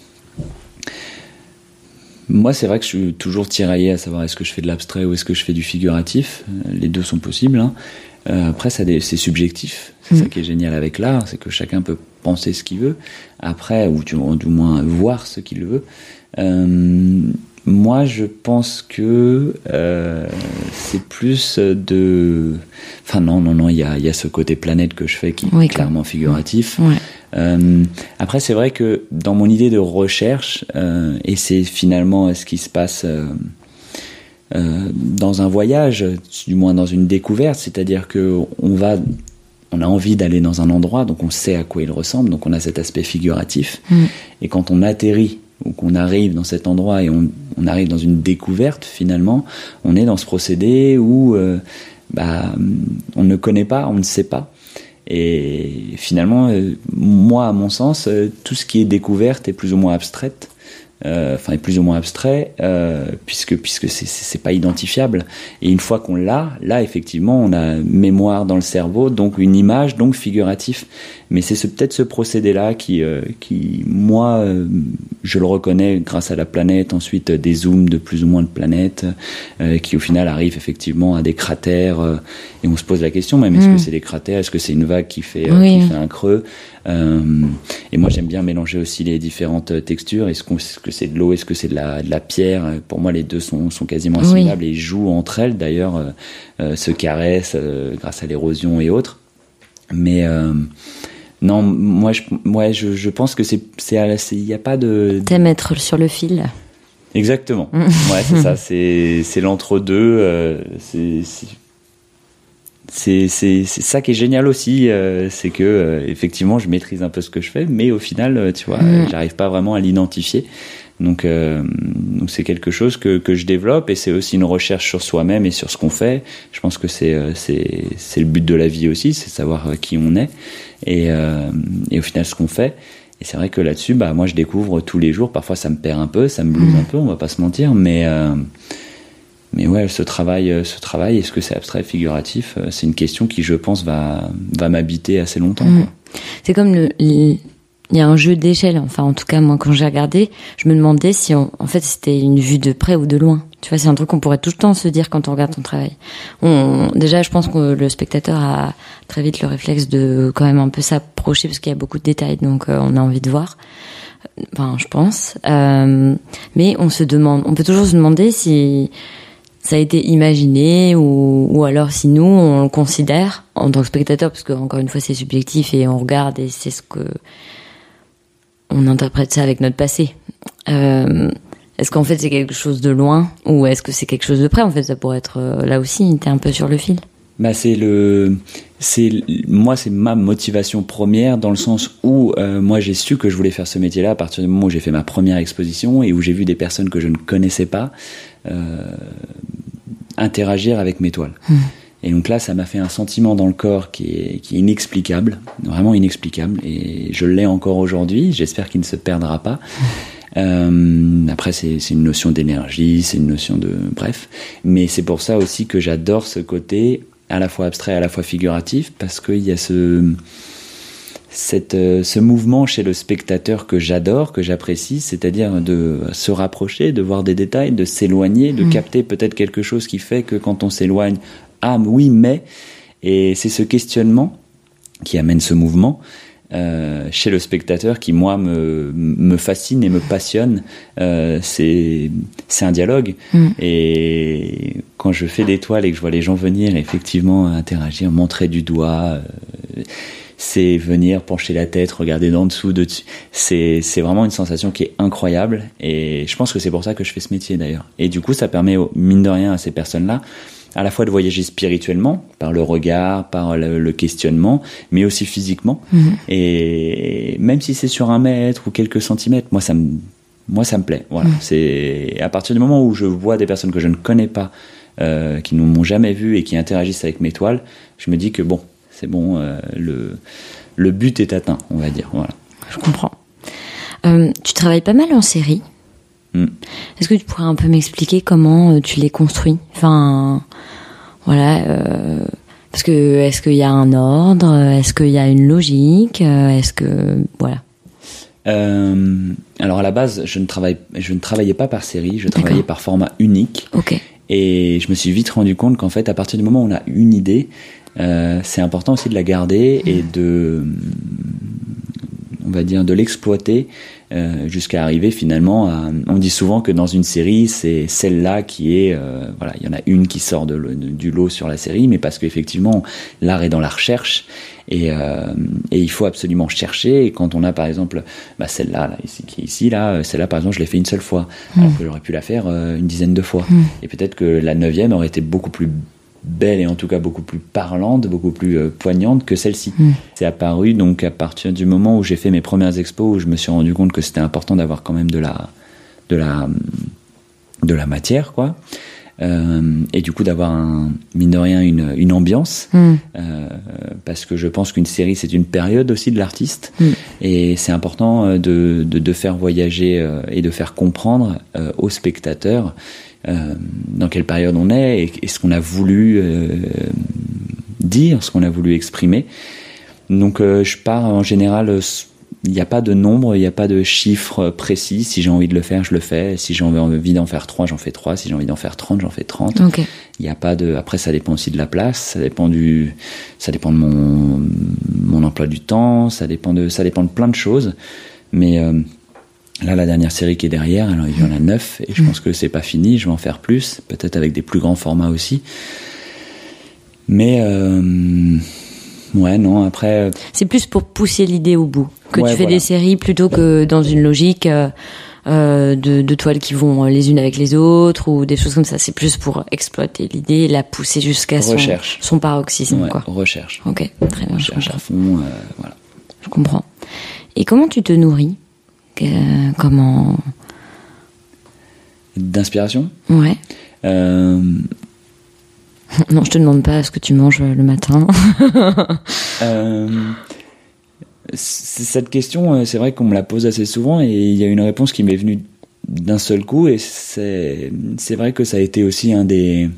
Moi, c'est vrai que je suis toujours tiraillé à savoir est-ce que je fais de l'abstrait ou est-ce que je fais du figuratif. Les deux sont possibles, hein. Euh, après, ça, c'est subjectif. C'est mmh. ça qui est génial avec l'art, c'est que chacun peut penser ce qu'il veut. Après, ou du, du moins voir ce qu'il veut. Euh, moi, je pense que euh, c'est plus de... Enfin non, non, non, il y a, y a ce côté planète que je fais qui oui, est clairement figuratif. Ouais. Euh, après, c'est vrai que dans mon idée de recherche, euh, et c'est finalement ce qui se passe... Euh, euh, dans un voyage, du moins dans une découverte, c'est-à-dire que on va, on a envie d'aller dans un endroit, donc on sait à quoi il ressemble, donc on a cet aspect figuratif. Mmh. Et quand on atterrit ou qu'on arrive dans cet endroit et on, on arrive dans une découverte, finalement, on est dans ce procédé où euh, bah, on ne connaît pas, on ne sait pas. Et finalement, euh, moi, à mon sens, euh, tout ce qui est découverte est plus ou moins abstraite. Euh, enfin, est plus ou moins abstrait, euh, puisque puisque c'est, c'est c'est pas identifiable. Et une fois qu'on l'a, là effectivement, on a mémoire dans le cerveau, donc une image, donc figuratif. Mais c'est ce, peut-être ce procédé-là qui euh, qui moi euh, je le reconnais grâce à la planète. Ensuite, des zooms de plus ou moins de planètes, euh, qui au final arrivent effectivement à des cratères. Euh, et on se pose la question même, est-ce mmh. que c'est des cratères, est-ce que c'est une vague qui fait euh, oui. qui fait un creux? Euh, et moi j'aime bien mélanger aussi les différentes textures. Est-ce, qu'on, est-ce que c'est de l'eau, est-ce que c'est de la, de la pierre? Pour moi les deux sont, sont quasiment assimilables, oui. et jouent entre elles d'ailleurs, euh, euh, se caressent euh, grâce à l'érosion et autres. Mais euh, non, moi je, ouais, je, je pense que c'est, c'est, il n'y a pas de... T'aimes être sur le fil. Exactement. Ouais, c'est ça, c'est, c'est l'entre-deux. Euh, c'est, c'est... C'est, c'est, c'est ça qui est génial aussi, euh, c'est que euh, effectivement je maîtrise un peu ce que je fais, mais au final, euh, tu vois, mmh. j'arrive pas vraiment à l'identifier. Donc, euh, donc c'est quelque chose que que je développe, et c'est aussi une recherche sur soi-même et sur ce qu'on fait. Je pense que c'est euh, c'est c'est le but de la vie aussi, c'est savoir qui on est et euh, et au final ce qu'on fait. Et c'est vrai que là-dessus, bah moi je découvre tous les jours. Parfois ça me perd un peu, ça me blouse mmh. un peu, on va pas se mentir, mais euh, Mais ouais, ce travail, ce travail, est-ce que c'est abstrait, figuratif? C'est une question qui, je pense, va, va m'habiter assez longtemps. Mmh. Quoi. C'est comme le, le, il y a un jeu d'échelle. Enfin, en tout cas, moi, quand j'ai regardé, je me demandais si, on, en fait, c'était une vue de près ou de loin. Tu vois, c'est un truc qu'on pourrait tout le temps se dire quand on regarde ton travail. On, déjà, je pense que le spectateur a très vite le réflexe de quand même un peu s'approcher parce qu'il y a beaucoup de détails, donc euh, on a envie de voir. Enfin, je pense. Euh, mais on se demande, on peut toujours se demander si ça a été imaginé ou, ou alors si nous on le considère en tant que spectateur, parce que encore une fois c'est subjectif et on regarde et c'est ce que on interprète ça avec notre passé. Euh, est-ce qu'en fait c'est quelque chose de loin ou est-ce que c'est quelque chose de près? En fait ça pourrait être euh, là aussi, t'es un peu sur le fil. Bah c'est le, c'est moi c'est ma motivation première dans le sens où euh, moi j'ai su que je voulais faire ce métier-là à partir du moment où j'ai fait ma première exposition et où j'ai vu des personnes que je ne connaissais pas euh, interagir avec mes toiles. Mmh. Et donc là ça m'a fait un sentiment dans le corps qui est qui est inexplicable, vraiment inexplicable, et je l'ai encore aujourd'hui. J'espère qu'il ne se perdra pas. Mmh. Euh, après c'est, c'est une notion d'énergie, c'est une notion de bref, mais c'est pour ça aussi que j'adore ce côté à la fois abstrait, à la fois figuratif, parce qu'il y a ce, cette, ce mouvement chez le spectateur que j'adore, que j'apprécie, c'est-à-dire de se rapprocher, de voir des détails, de s'éloigner, de mmh. capter peut-être quelque chose qui fait que quand on s'éloigne, ah oui, mais, et c'est ce questionnement qui amène ce mouvement euh, chez le spectateur qui, moi, me, me fascine et me passionne. Euh, c'est, c'est un dialogue. Mmh. Et quand je fais des toiles et que je vois les gens venir, effectivement, interagir, montrer du doigt, euh, c'est venir pencher la tête, regarder d'en dessous, de dessus. C'est, c'est vraiment une sensation qui est incroyable. Et je pense que c'est pour ça que je fais ce métier, d'ailleurs. Et du coup, ça permet, mine de rien, à ces personnes-là, à la fois de voyager spirituellement, par le regard, par le, le questionnement, mais aussi physiquement. Mmh. Et même si c'est sur un mètre ou quelques centimètres, moi, ça me, moi, ça me plaît. Voilà. Mmh. C'est à partir du moment où je vois des personnes que je ne connais pas, euh, qui ne m'ont jamais vu et qui interagissent avec mes toiles, je me dis que bon, c'est bon, euh, le, le but est atteint, on va dire. Voilà. Je comprends. Euh, tu travailles pas mal en série. Mmh. Est-ce que tu pourrais un peu m'expliquer comment euh, tu les construis? Enfin, voilà, euh, parce que est-ce qu'il y a un ordre? Est-ce qu'il y a une logique? Est-ce que voilà? Euh, alors à la base, je ne travaille, je ne travaillais pas par série, je travaillais D'accord. par format unique. Ok. Et je me suis vite rendu compte qu'en fait, à partir du moment où on a une idée, euh, c'est important aussi de la garder mmh. et de, on va dire, de l'exploiter euh, jusqu'à arriver finalement à... On dit souvent que dans une série, c'est celle-là qui est... Euh, voilà, il y en a une qui sort de, de, du lot sur la série, mais parce qu'effectivement, l'art est dans la recherche, et, euh, et il faut absolument chercher. Et quand on a par exemple bah, celle-là, là, ici, qui est ici, là, celle-là par exemple, je l'ai fait une seule fois, mmh. alors que j'aurais pu la faire euh, une dizaine de fois. Mmh. Et peut-être que la neuvième aurait été beaucoup plus belle et en tout cas beaucoup plus parlante, beaucoup plus euh, poignante que celle-ci. Mmh. C'est apparu donc à partir du moment où j'ai fait mes premières expos, où je me suis rendu compte que c'était important d'avoir quand même de la, de la, de la matière, quoi. Euh, et du coup d'avoir un, mine de rien une, une ambiance, mmh. euh, parce que je pense qu'une série c'est une période aussi de l'artiste, mmh. et c'est important de, de, de faire voyager euh, et de faire comprendre euh, aux spectateurs Euh, dans quelle période on est et, et ce qu'on a voulu euh, dire, ce qu'on a voulu exprimer. Donc euh, je pars en général, il n'y a pas de nombre, il n'y a pas de chiffre précis. Si j'ai envie de le faire, je le fais. Si j'ai envie d'en faire trois, j'en fais trois. Si j'ai envie d'en faire trente, j'en fais trente. Okay. Il n'y a pas de... Après, ça dépend aussi de la place, ça dépend du, ça dépend de mon, mon emploi du temps, ça dépend de, ça dépend de plein de choses. Mais euh, là, la dernière série qui est derrière, alors il y en a neuf, et je pense que c'est pas fini, je vais en faire plus, peut-être avec des plus grands formats aussi. Mais, euh, ouais, non, après... C'est plus pour pousser l'idée au bout, que ouais, tu fais voilà. des séries plutôt que dans une logique euh, euh, de, de toiles qui vont les unes avec les autres, ou des choses comme ça. C'est plus pour exploiter l'idée et la pousser jusqu'à son, son paroxysme, ouais, quoi. Recherche. Ok, très bien. Recherche à fond, euh, voilà. Je comprends. Et comment tu te nourris ? Euh, comment D'inspiration ? Ouais. Euh... Non, je te demande pas ce que tu manges le matin. euh... Cette question, c'est vrai qu'on me la pose assez souvent, et il y a une réponse qui m'est venue d'un seul coup, et c'est, c'est vrai que ça a été aussi un des,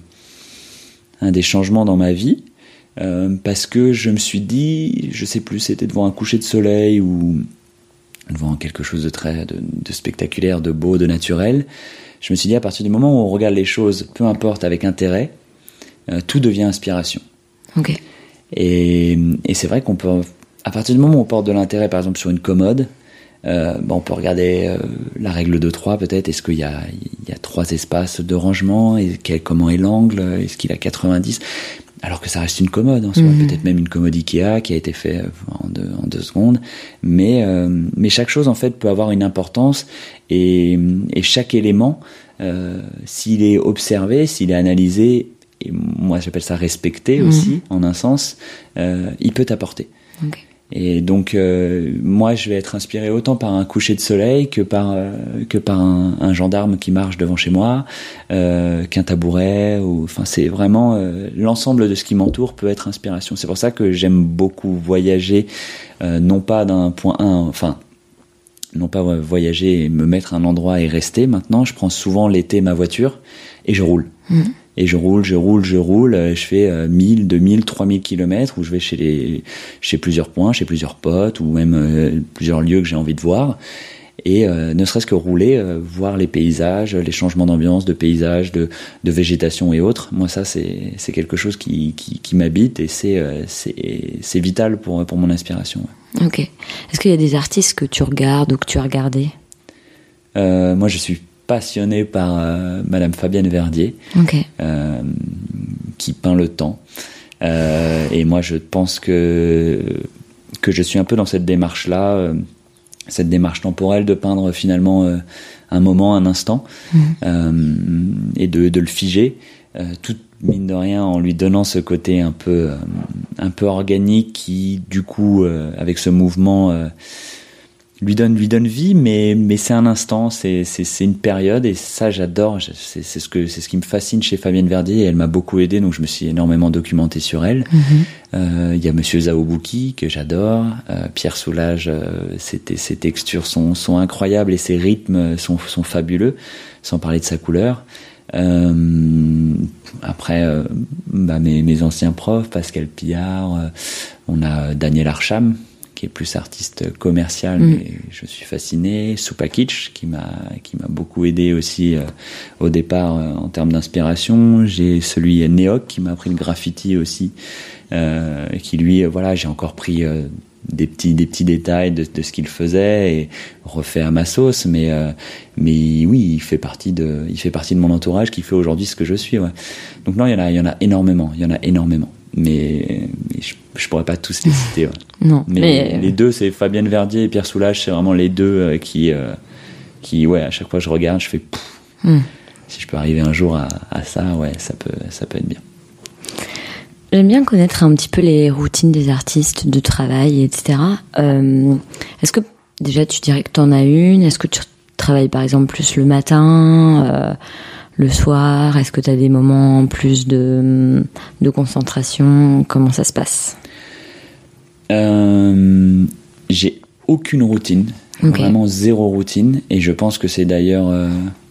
un des changements dans ma vie, euh, parce que je me suis dit, je sais plus, c'était devant un coucher de soleil ou devant quelque chose de très de, de spectaculaire, de beau, de naturel. Je me suis dit, à partir du moment où on regarde les choses, peu importe, avec intérêt, euh, tout devient inspiration. Okay. Et, et c'est vrai qu'on peut, à partir du moment où on porte de l'intérêt, par exemple sur une commode, euh, bah on peut regarder euh, la règle de trois peut-être. Est-ce qu'il y a, il y a trois espaces de rangement, et quel, comment est l'angle, est-ce qu'il a quatre-vingt-dix, alors que ça reste une commode en soi, mmh. peut-être même une commode Ikea qui a été faite en deux, en deux secondes, mais, euh, mais chaque chose en fait peut avoir une importance, et, et chaque élément, euh, s'il est observé, s'il est analysé, et moi j'appelle ça respecté mmh. aussi, en un sens, euh, il peut t'apporter. Okay. Et donc euh, moi je vais être inspiré autant par un coucher de soleil que par euh, que par un, un gendarme qui marche devant chez moi, euh, qu'un tabouret, ou enfin c'est vraiment euh, l'ensemble de ce qui m'entoure peut être inspiration. C'est pour ça que j'aime beaucoup voyager, euh, non pas d'un point A, enfin non pas voyager et me mettre à un endroit et rester. Maintenant je prends souvent l'été ma voiture et je roule. Mmh. Et je roule, je roule, je roule, je fais euh, mille, deux mille, trois mille kilomètres, où je vais chez les, chez plusieurs points, chez plusieurs potes, ou même euh, plusieurs lieux que j'ai envie de voir. Et euh, ne serait-ce que rouler, euh, voir les paysages, les changements d'ambiance, de paysages, de, de végétation et autres. Moi, ça, c'est, c'est quelque chose qui, qui, qui m'habite, et c'est, euh, c'est, c'est vital pour, pour mon inspiration. Ouais. Ok. Est-ce qu'il y a des artistes que tu regardes ou que tu as regardés ? euh, Moi, je suis passionné par euh, Madame Fabienne Verdier, okay. euh, qui peint le temps. Euh, et moi, je pense que, que je suis un peu dans cette démarche-là, euh, cette démarche temporelle de peindre finalement euh, un moment, un instant, mmh. euh, et de, de le figer, euh, tout mine de rien, en lui donnant ce côté un peu, euh, un peu organique qui, du coup, euh, avec ce mouvement... Euh, lui donne lui donne vie, mais mais c'est un instant, c'est c'est c'est une période, et ça j'adore. C'est c'est ce que c'est ce qui me fascine chez Fabienne Verdier, et elle m'a beaucoup aidé, donc je me suis énormément documenté sur elle. Il mm-hmm. euh, y a Monsieur Zaobouki que j'adore, euh, Pierre Soulages, euh, ses, ses textures sont sont incroyables et ses rythmes sont sont fabuleux, sans parler de sa couleur. Euh, après, euh, bah mes mes anciens profs, Pascal Pillard, euh, on a Daniel Archam, qui est plus artiste commercial, mmh. mais je suis fasciné. Supakic, qui m'a qui m'a beaucoup aidé aussi euh, au départ euh, en termes d'inspiration. J'ai celui Neok qui m'a appris le graffiti aussi, euh, qui lui, euh, voilà, j'ai encore pris euh, des petits des petits détails de, de ce qu'il faisait et refait à ma sauce, mais euh, mais oui, il fait partie de il fait partie de mon entourage qui fait aujourd'hui ce que je suis. Ouais. Donc non, il y en a il y en a énormément, il y en a énormément, mais, mais je, je pourrais pas tous les citer. Ouais. Non, mais, mais les deux, c'est Fabienne Verdier et Pierre Soulages, c'est vraiment les deux euh, qui euh, qui ouais, à chaque fois que je regarde, je fais pff, mm. si je peux arriver un jour à, à ça, ouais, ça peut ça peut être bien. J'aime bien connaître un petit peu les routines des artistes de travail, et cetera. Euh, est-ce que, déjà, tu dirais que tu en as une ? Est-ce que tu travailles, par exemple, plus le matin, euh, le soir ? Est-ce que tu as des moments plus de, de concentration ? Comment ça se passe ? euh, J'ai aucune routine. Okay. Vraiment zéro routine. Et je pense que c'est d'ailleurs... Euh,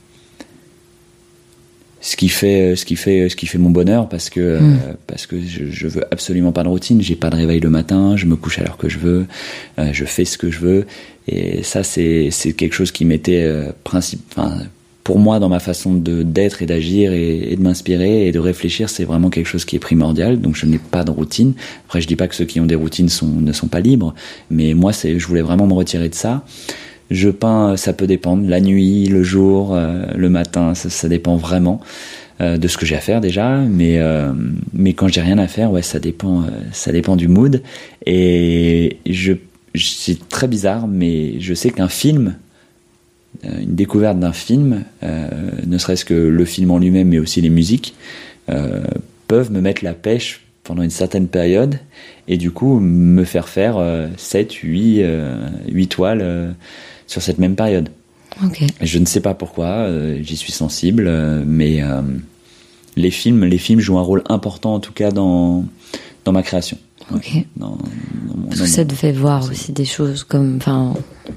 ce qui fait ce qui fait ce qui fait mon bonheur, parce que mmh. euh, parce que je, je veux absolument pas de routine, j'ai pas de réveil le matin, je me couche à l'heure que je veux, euh, je fais ce que je veux, et ça c'est c'est quelque chose qui m'était euh, principe enfin pour moi dans ma façon de d'être et d'agir et, et de m'inspirer et de réfléchir, c'est vraiment quelque chose qui est primordial. Donc je n'ai pas de routine. Après je dis pas que ceux qui ont des routines sont ne sont pas libres, mais moi c'est je voulais vraiment me retirer de ça. Je peins, ça peut dépendre, la nuit, le jour, euh, le matin, ça, ça dépend vraiment euh, de ce que j'ai à faire déjà, mais euh, mais quand j'ai rien à faire, ouais, ça dépend, euh, ça dépend du mood. Et je, je c'est très bizarre, mais je sais qu'un film, euh, une découverte d'un film, euh, ne serait-ce que le film en lui-même, mais aussi les musiques, euh, peuvent me mettre la pêche pendant une certaine période, et du coup me faire faire euh, sept, huit, huit toiles euh, sur cette même période. Okay. Je ne sais pas pourquoi, euh, j'y suis sensible, euh, mais euh, les films, les films jouent un rôle important en tout cas dans dans ma création. Ok. Ouais, dans, dans mon, Parce que ça te fait voir c'est... aussi des choses comme, enfin,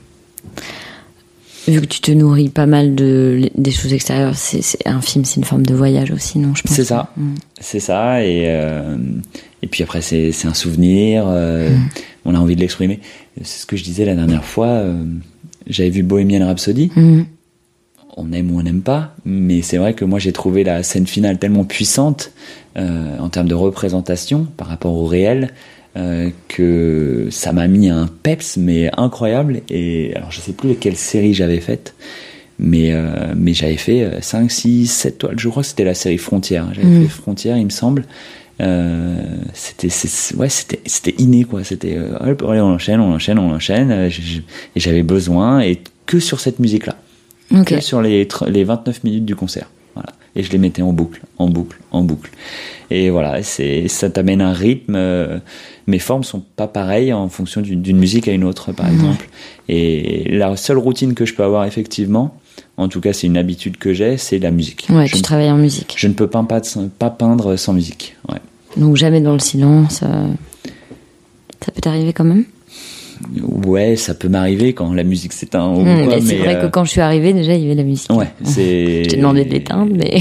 vu que tu te nourris pas mal de des choses extérieures, c'est, c'est un film, c'est une forme de voyage aussi, non ? Je pense. C'est ça, mmh. c'est ça, et euh, et puis après c'est c'est un souvenir, euh, mmh. on a envie de l'exprimer. C'est ce que je disais la dernière fois. Euh, J'avais vu Bohemian Rhapsody. Mmh. On aime ou on n'aime pas, mais c'est vrai que moi j'ai trouvé la scène finale tellement puissante euh, en termes de représentation par rapport au réel euh, que ça m'a mis un peps mais incroyable. Et alors je sais plus quelle série j'avais faite, mais euh, mais j'avais fait cinq, six, sept toiles. Je crois que c'était la série Frontières. J'avais mmh. fait Frontières, il me semble. Euh, c'était c'est, ouais c'était c'était inné quoi, c'était euh, allez, on enchaîne on enchaîne on enchaîne euh, et j'avais besoin, et que sur cette musique là, okay. que sur les les vingt-neuf minutes du concert, voilà, et je les mettais en boucle en boucle en boucle, et voilà, c'est ça t'amène un rythme. Euh, mes formes sont pas pareilles en fonction d'une, d'une musique à une autre par mmh. exemple, et la seule routine que je peux avoir effectivement, en tout cas c'est une habitude que j'ai, c'est la musique. Ouais, je tu ne, travailles en musique. Je ne peux pas, pas, pas peindre sans musique. Ouais. Donc jamais dans le silence. Euh... Ça peut t'arriver quand même ? Ouais, ça peut m'arriver quand la musique s'éteint. Ou mmh, quoi, mais c'est mais vrai euh... que quand je suis arrivée, déjà il y avait la musique. Ouais, c'est. Je t'ai demandé de l'éteindre, mais.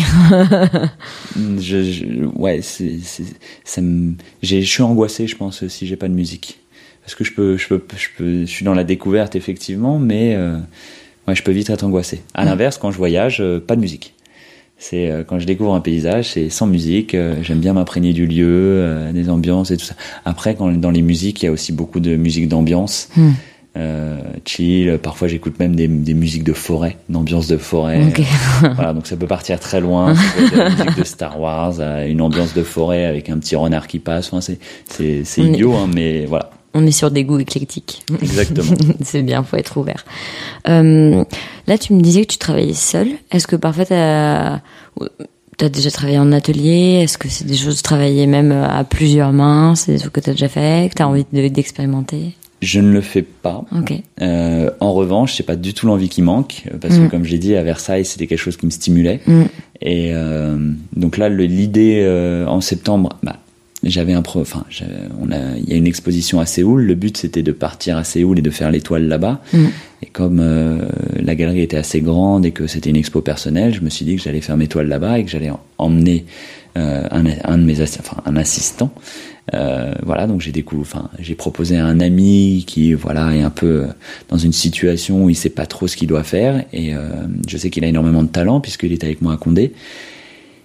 je, je, ouais, c'est, c'est, ça me. J'ai, je suis angoissé, je pense, si j'ai pas de musique, parce que je peux, je peux, je peux, je suis dans la découverte effectivement, mais. Euh... Ouais, je peux vite être angoissé. À l'inverse, quand je voyage, euh, pas de musique. C'est euh, quand je découvre un paysage, c'est sans musique. Euh, j'aime bien m'imprégner du lieu, euh, des ambiances et tout ça. Après, quand dans les musiques, il y a aussi beaucoup de musique d'ambiance, mm. euh, chill. Parfois, j'écoute même des, des musiques de forêt, d'ambiance de forêt. Okay. Euh, voilà, donc ça peut partir très loin. Ça peut être de la musique de Star Wars, euh, une ambiance de forêt avec un petit renard qui passe. Enfin, c'est c'est, c'est idiot, est... hein, mais voilà. On est sur des goûts éclectiques. Exactement. C'est bien, faut être ouvert. Euh, là, tu me disais que tu travaillais seule. Est-ce que parfois t'as, t'as déjà travaillé en atelier ? Est-ce que c'est des choses de travailler même à plusieurs mains ? C'est des choses que t'as déjà fait, que t'as envie de, d'expérimenter ? Je ne le fais pas. Okay. Euh, en revanche, c'est pas du tout l'envie qui manque, parce mm. que comme j'ai dit, à Versailles, c'était quelque chose qui me stimulait. Mm. Et euh, donc là, le, l'idée euh, en septembre, bah, j'avais un pro, enfin, on a, il y a une exposition à Séoul. Le but, c'était de partir à Séoul et de faire l'étoile là-bas. Mm. Et comme euh, la galerie était assez grande et que c'était une expo personnelle, je me suis dit que j'allais faire mes toiles là-bas et que j'allais emmener euh, un, un de mes, enfin, un assistant. Euh, voilà, donc j'ai découvert, enfin, j'ai proposé à un ami qui, voilà, est un peu dans une situation où il sait pas trop ce qu'il doit faire, et euh, je sais qu'il a énormément de talent puisqu'il est avec moi à Condé.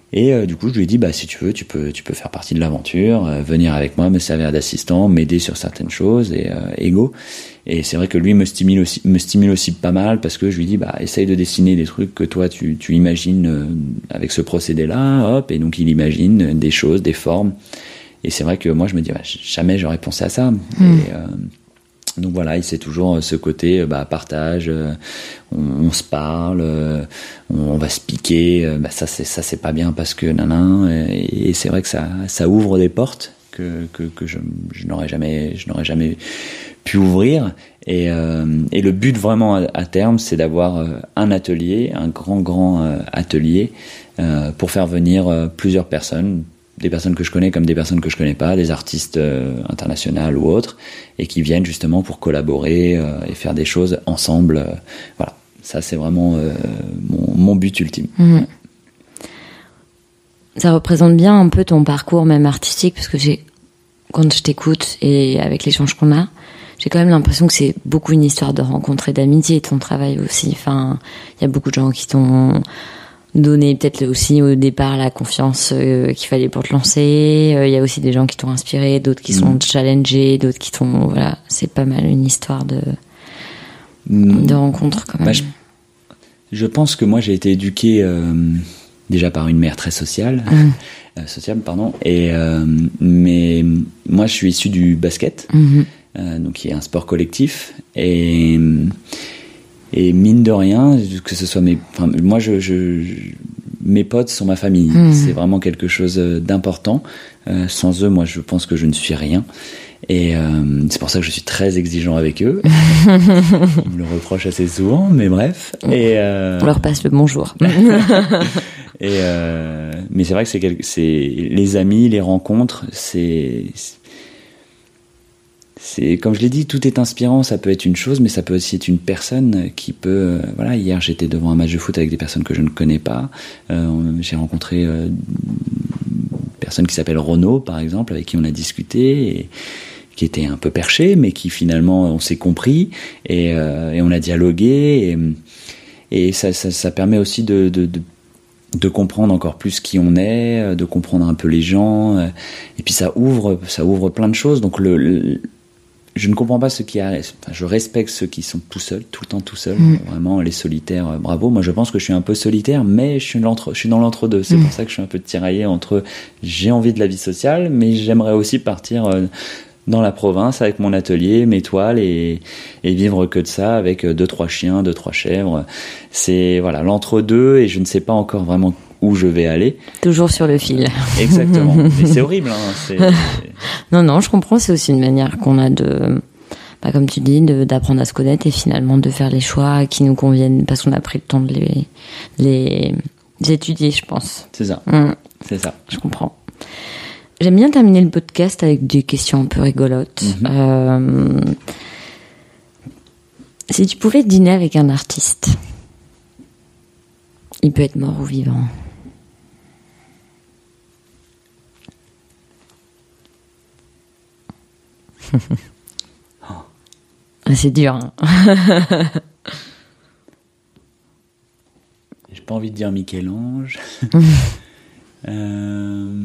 Et euh, du coup, je lui ai dit, bah, si tu veux, tu peux, tu peux faire partie de l'aventure, euh, venir avec moi, me servir d'assistant, m'aider sur certaines choses, et euh, ego. Et c'est vrai que lui me stimule aussi, me stimule aussi pas mal, parce que je lui dis, bah, essaye de dessiner des trucs que toi, tu, tu imagines euh, avec ce procédé-là, hop, et donc il imagine des choses, des formes. Et c'est vrai que moi, je me dis, bah, jamais j'aurais pensé à ça. Mmh. Et, euh, donc voilà, et c'est toujours ce côté bah, partage, euh, on, on se parle, euh, on, on va se piquer, euh, bah, ça c'est ça c'est pas bien parce que nanan, et, et c'est vrai que ça ça ouvre des portes que que, que je, je n'aurais jamais je n'aurais jamais pu ouvrir. Et, euh, et le but vraiment à, à terme, c'est d'avoir euh, un atelier, un grand grand euh, atelier euh, pour faire venir euh, plusieurs personnes. Des personnes que je connais comme des personnes que je connais pas, des artistes euh, internationaux ou autres, et qui viennent justement pour collaborer euh, et faire des choses ensemble. Euh, voilà, ça c'est vraiment euh, mon, mon but ultime. Mmh. Ça représente bien un peu ton parcours même artistique, parce que j'ai, quand je t'écoute et avec l'échange qu'on a, j'ai quand même l'impression que c'est beaucoup une histoire de rencontre et d'amitié, et ton travail aussi. Enfin, il y a beaucoup de gens qui t'ont donner peut-être aussi au départ la confiance euh, qu'il fallait pour te lancer. Il euh, y a aussi des gens qui t'ont inspiré, d'autres qui mmh. sont challengés, d'autres qui t'ont... Voilà, c'est pas mal une histoire de, mmh. de rencontre quand même. Bah, je, je pense que moi j'ai été éduqué euh, déjà par une mère très sociale, mmh. euh, sociable, pardon. Et, euh, mais moi je suis issu du basket, mmh. euh, donc qui est un sport collectif. Et... Et mine de rien, que ce soit mes, enfin, moi, je, je, je, mes potes sont ma famille. Mmh. C'est vraiment quelque chose d'important. Euh, sans eux, moi, je pense que je ne suis rien. Et euh, c'est pour ça que je suis très exigeant avec eux. Ils me le reprochent assez souvent, mais bref. Et euh... on leur passe le bonjour. Et euh... mais c'est vrai que c'est, quelque... c'est les amis, les rencontres, c'est. C'est, comme je l'ai dit, tout est inspirant, ça peut être une chose, mais ça peut aussi être une personne qui peut... Euh, voilà, hier, j'étais devant un match de foot avec des personnes que je ne connais pas. Euh, j'ai rencontré euh, une personne qui s'appelle Renaud, par exemple, avec qui on a discuté, et qui était un peu perché, mais qui finalement, on s'est compris, et, euh, et on a dialogué, et, et ça, ça, ça permet aussi de... de, de de comprendre encore plus qui on est, de comprendre un peu les gens, et puis ça ouvre, ça ouvre plein de choses. Donc le, le je ne comprends pas ceux qui arrêtent. Enfin, je respecte ceux qui sont tout seuls, tout le temps tout seuls. Mmh. Vraiment, les solitaires, bravo. Moi, je pense que je suis un peu solitaire, mais je suis, l'entre, je suis dans l'entre-deux. C'est mmh. pour ça que je suis un peu tiraillé entre j'ai envie de la vie sociale, mais j'aimerais aussi partir euh, dans la province avec mon atelier, mes toiles, et, et vivre que de ça avec deux, trois chiens, deux, trois chèvres. C'est voilà, l'entre-deux, et je ne sais pas encore vraiment où je vais aller. Toujours sur le fil. Exactement. Mais c'est horrible. Hein. C'est... non, non, je comprends. C'est aussi une manière qu'on a de, bah, comme tu dis, de, d'apprendre à se connaître et finalement de faire les choix qui nous conviennent parce qu'on a pris le temps de les, les, les étudier, je pense. C'est ça. Mmh. C'est ça. Je comprends. J'aime bien terminer le podcast avec des questions un peu rigolotes. Mmh. Euh, si tu pouvais dîner avec un artiste, il peut être mort ou vivant. oh. C'est dur. Hein. J'ai pas envie de dire Michel-Ange. euh...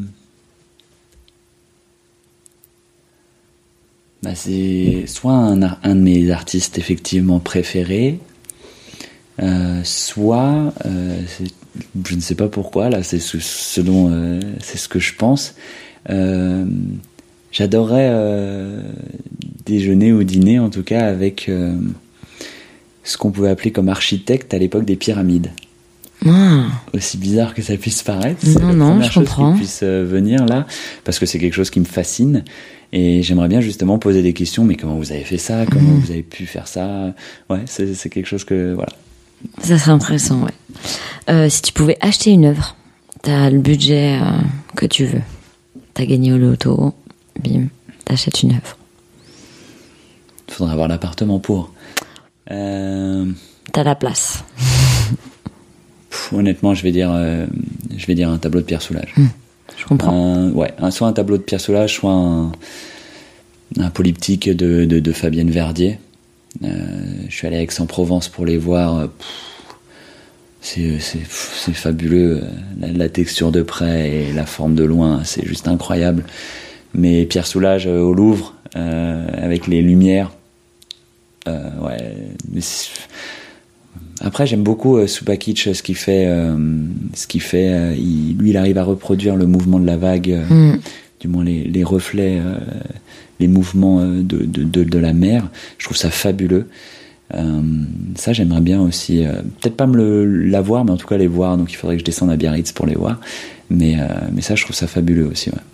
bah c'est soit un, un de mes artistes effectivement préférés, euh, soit euh, c'est, je ne sais pas pourquoi là, c'est ce, ce dont euh, c'est ce que je pense. Euh, j'adorerais euh, déjeuner ou dîner en tout cas avec euh, ce qu'on pouvait appeler comme architecte à l'époque des pyramides. Ah. Aussi bizarre que ça puisse paraître, non, c'est la non, première je chose comprends. qui puisse euh, venir là, parce que c'est quelque chose qui me fascine. Et j'aimerais bien justement poser des questions, mais comment vous avez fait ça, comment mmh. vous avez pu faire ça. Ouais, c'est, c'est quelque chose que, voilà. Ça serait intéressant, ouais. Euh, si tu pouvais acheter une œuvre, t'as le budget euh, que tu veux. T'as gagné au loto, bim, t'achètes une œuvre. Il faudrait avoir l'appartement pour. Euh... T'as la place. Pff, honnêtement, je vais dire, euh, je vais dire un tableau de Pierre Soulages. Mmh. Je comprends. Un, ouais, un, soit un tableau de Pierre Soulages, soit un, un polyptyque de, de, de Fabienne Verdier. Euh, je suis allé à Aix-en-Provence pour les voir. Pff, c'est, c'est, c'est fabuleux. La, la texture de près et la forme de loin, c'est juste incroyable. Mais Pierre Soulages euh, au Louvre, euh, avec les lumières, euh, ouais. Mais après, j'aime beaucoup euh, Supakic, ce qu'il fait. Euh, ce qu'il fait euh, il, lui, il arrive à reproduire le mouvement de la vague, euh, mm. du moins les, les reflets, euh, les mouvements euh, de, de, de, de la mer. Je trouve ça fabuleux. Euh, ça, j'aimerais bien aussi. Euh, peut-être pas me le, l'avoir, mais en tout cas les voir. Donc, il faudrait que je descende à Biarritz pour les voir. Mais, euh, mais ça, je trouve ça fabuleux aussi. Ouais.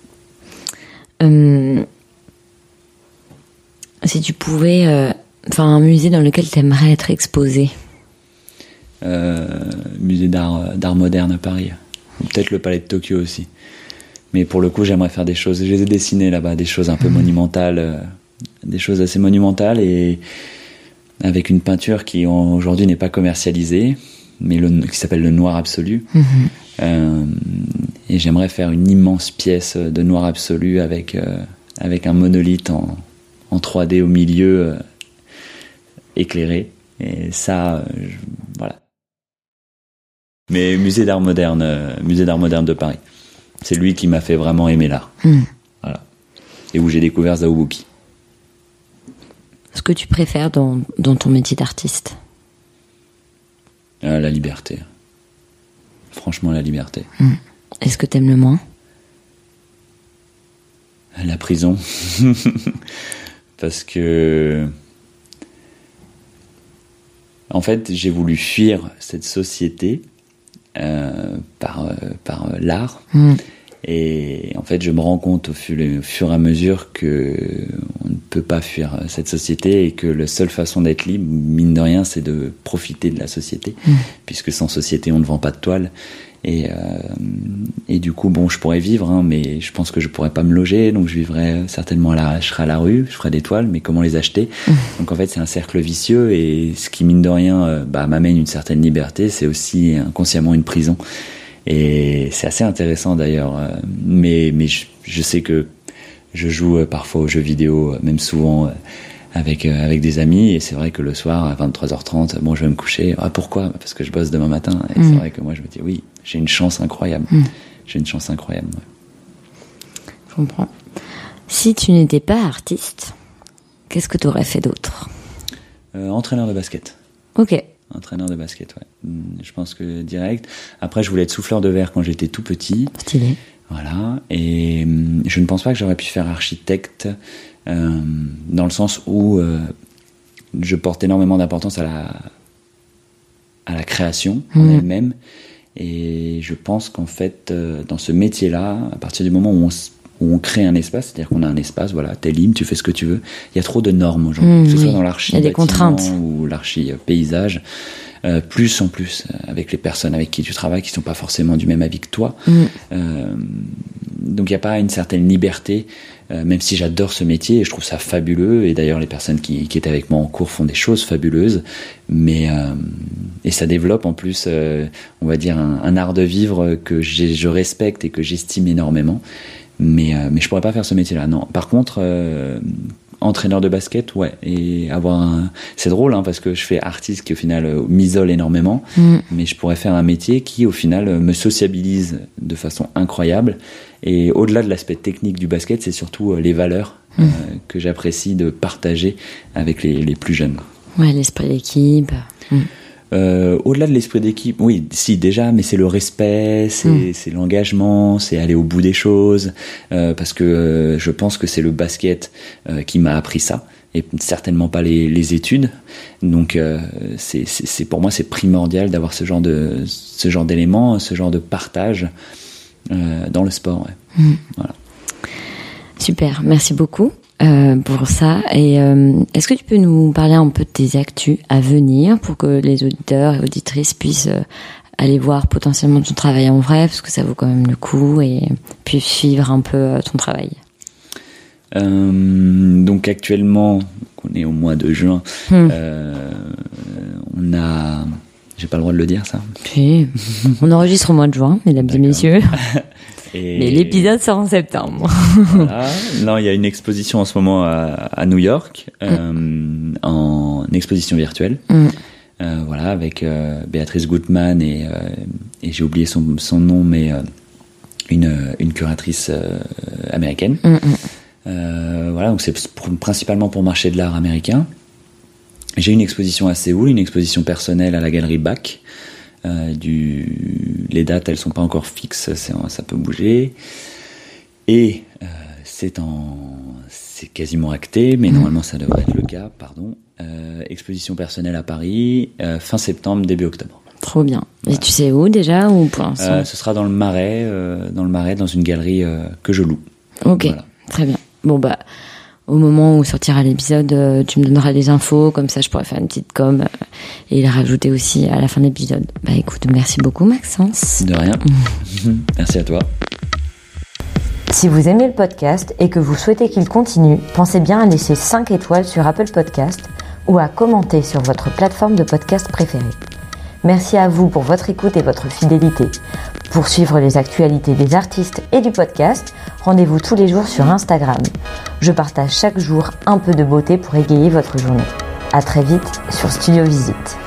Euh, si tu pouvais, euh, enfin, un musée dans lequel tu aimerais être exposé. Euh, musée d'art, d'art moderne à Paris, ou peut-être le Palais de Tokyo aussi. Mais pour le coup, j'aimerais faire des choses. Je les ai dessinées là-bas, des choses un peu mmh. monumentales, euh, des choses assez monumentales, et avec une peinture qui aujourd'hui n'est pas commercialisée, mais le, qui s'appelle le noir absolu. Mmh. Euh, et j'aimerais faire une immense pièce de noir absolu avec euh, avec un monolithe en, en trois D au milieu, euh, éclairé. Et ça, je, voilà. Mais musée d'art moderne, euh, musée d'art moderne de Paris. C'est lui qui m'a fait vraiment aimer l'art. Mmh. Voilà. Et où j'ai découvert Zaoubuki. Ce que tu préfères dans, dans ton métier d'artiste? euh, La liberté. Franchement, la liberté. Mmh. Est-ce que t'aimes le moins? La prison. Parce que... En fait, j'ai voulu fuir cette société euh, par, euh, par euh, l'art. Mmh. Et en fait, je me rends compte au fur, au fur et à mesure qu'on ne peut pas fuir cette société et que la seule façon d'être libre, mine de rien, c'est de profiter de la société. Mmh. Puisque sans société, on ne vend pas de toile. Et, euh, et du coup, bon, je pourrais vivre, hein, mais je pense que je pourrais pas me loger, donc je vivrais certainement à la, je serais à la rue, je ferais des toiles, mais comment les acheter? Mmh. Donc en fait, c'est un cercle vicieux, et ce qui, mine de rien, euh, bah, m'amène une certaine liberté, c'est aussi inconsciemment une prison. Et c'est assez intéressant d'ailleurs, euh, mais, mais je, je sais que je joue euh, parfois aux jeux vidéo, euh, même souvent... Euh, avec euh, avec des amis, et c'est vrai que le soir à vingt-trois heures trente, bon, je vais me coucher. Ah, pourquoi? Parce que je bosse demain matin. Et mmh. c'est vrai que moi je me dis oui, j'ai une chance incroyable. Mmh. J'ai une chance incroyable. Ouais. Je comprends. Si tu n'étais pas artiste, qu'est-ce que tu aurais fait d'autre? euh, Entraîneur de basket. Ok. Entraîneur de basket, ouais. Je pense que direct. Après, je voulais être souffleur de verre quand j'étais tout petit. Stylé. Voilà. Et je ne pense pas que j'aurais pu faire architecte. Euh, dans le sens où euh, je porte énormément d'importance à la, à la création mmh. en elle-même, et je pense qu'en fait euh, dans ce métier-là, à partir du moment où on, où on crée un espace, c'est-à-dire qu'on a un espace, voilà, t'es libre, tu fais ce que tu veux, il y a trop de normes aujourd'hui, mmh, que ce soit oui. dans l'archi il y a des contraintes ou l'archi paysage, euh, plus en plus avec les personnes avec qui tu travailles qui sont pas forcément du même avis que toi, mmh. euh, donc il n'y a pas une certaine liberté. Euh, même si j'adore ce métier et je trouve ça fabuleux, et d'ailleurs les personnes qui, qui étaient avec moi en cours font des choses fabuleuses, mais euh, et ça développe en plus euh, on va dire un, un art de vivre que j'ai, je respecte et que j'estime énormément, mais euh, mais je pourrais pas faire ce métier-là, non. Par contre euh, entraîneur de basket, ouais, et avoir un... c'est drôle hein, parce que je fais artiste qui au final euh, m'isole énormément, mmh. mais je pourrais faire un métier qui au final euh, me sociabilise de façon incroyable. Et au-delà de l'aspect technique du basket, c'est surtout euh, les valeurs mmh. euh, que j'apprécie de partager avec les, les plus jeunes. Ouais, l'esprit d'équipe. Mmh. Euh, au-delà de l'esprit d'équipe, oui, si déjà, mais c'est le respect, c'est, mmh. c'est l'engagement, c'est aller au bout des choses, euh, parce que euh, je pense que c'est le basket euh, qui m'a appris ça, et certainement pas les, les études. Donc, euh, c'est, c'est, c'est pour moi, c'est primordial d'avoir ce genre de, ce genre d'éléments, ce genre de partage euh, dans le sport. Ouais. Mmh. Voilà. Super, merci beaucoup. Euh, pour ça. Et euh, est-ce que tu peux nous parler un peu de tes actus à venir pour que les auditeurs et auditrices puissent euh, aller voir potentiellement ton travail en vrai, parce que ça vaut quand même le coup, et puis suivre un peu euh, ton travail. Euh, donc actuellement, on est au mois de juin, hum. euh, on a... J'ai pas le droit de le dire, ça. Puis, on enregistre au mois de juin, mesdames et messieurs. Et... Mais l'épisode sort en septembre. Voilà. Non, il y a une exposition en ce moment à, à New York, euh, mm. en exposition virtuelle, mm. Euh, voilà, avec euh, Béatrice Gutmann et, euh, et j'ai oublié son, son nom, mais euh, une, une curatrice euh, américaine. Mm-hmm. Euh, voilà, donc c'est pour, principalement pour marché de l'art américain. J'ai une exposition à Séoul, une exposition personnelle à la galerie Bach. Euh, du... Les dates, elles sont pas encore fixes, c'est, ça peut bouger. Et euh, c'est en, c'est quasiment acté, mais mmh. normalement ça devrait être le cas. Pardon. Euh, exposition personnelle à Paris, euh, fin septembre, début octobre. Trop bien. Voilà. Et tu sais où déjà ou pour l'instant euh, Ce sera dans le Marais, euh, dans le Marais, dans une galerie euh, que je loue. Ok, voilà. Très bien. Bon bah. Au moment où sortira l'épisode, euh, tu me donneras des infos, comme ça je pourrais faire une petite com euh, et les rajouter aussi à la fin de l'épisode. Bah écoute, merci beaucoup Maxence. De rien. Merci à toi. Si vous aimez le podcast et que vous souhaitez qu'il continue, pensez bien à laisser cinq étoiles sur Apple Podcast ou à commenter sur votre plateforme de podcast préférée. Merci à vous pour votre écoute et votre fidélité. Pour suivre les actualités des artistes et du podcast, rendez-vous tous les jours sur Instagram. Je partage chaque jour un peu de beauté pour égayer votre journée. À très vite sur Studio Visite.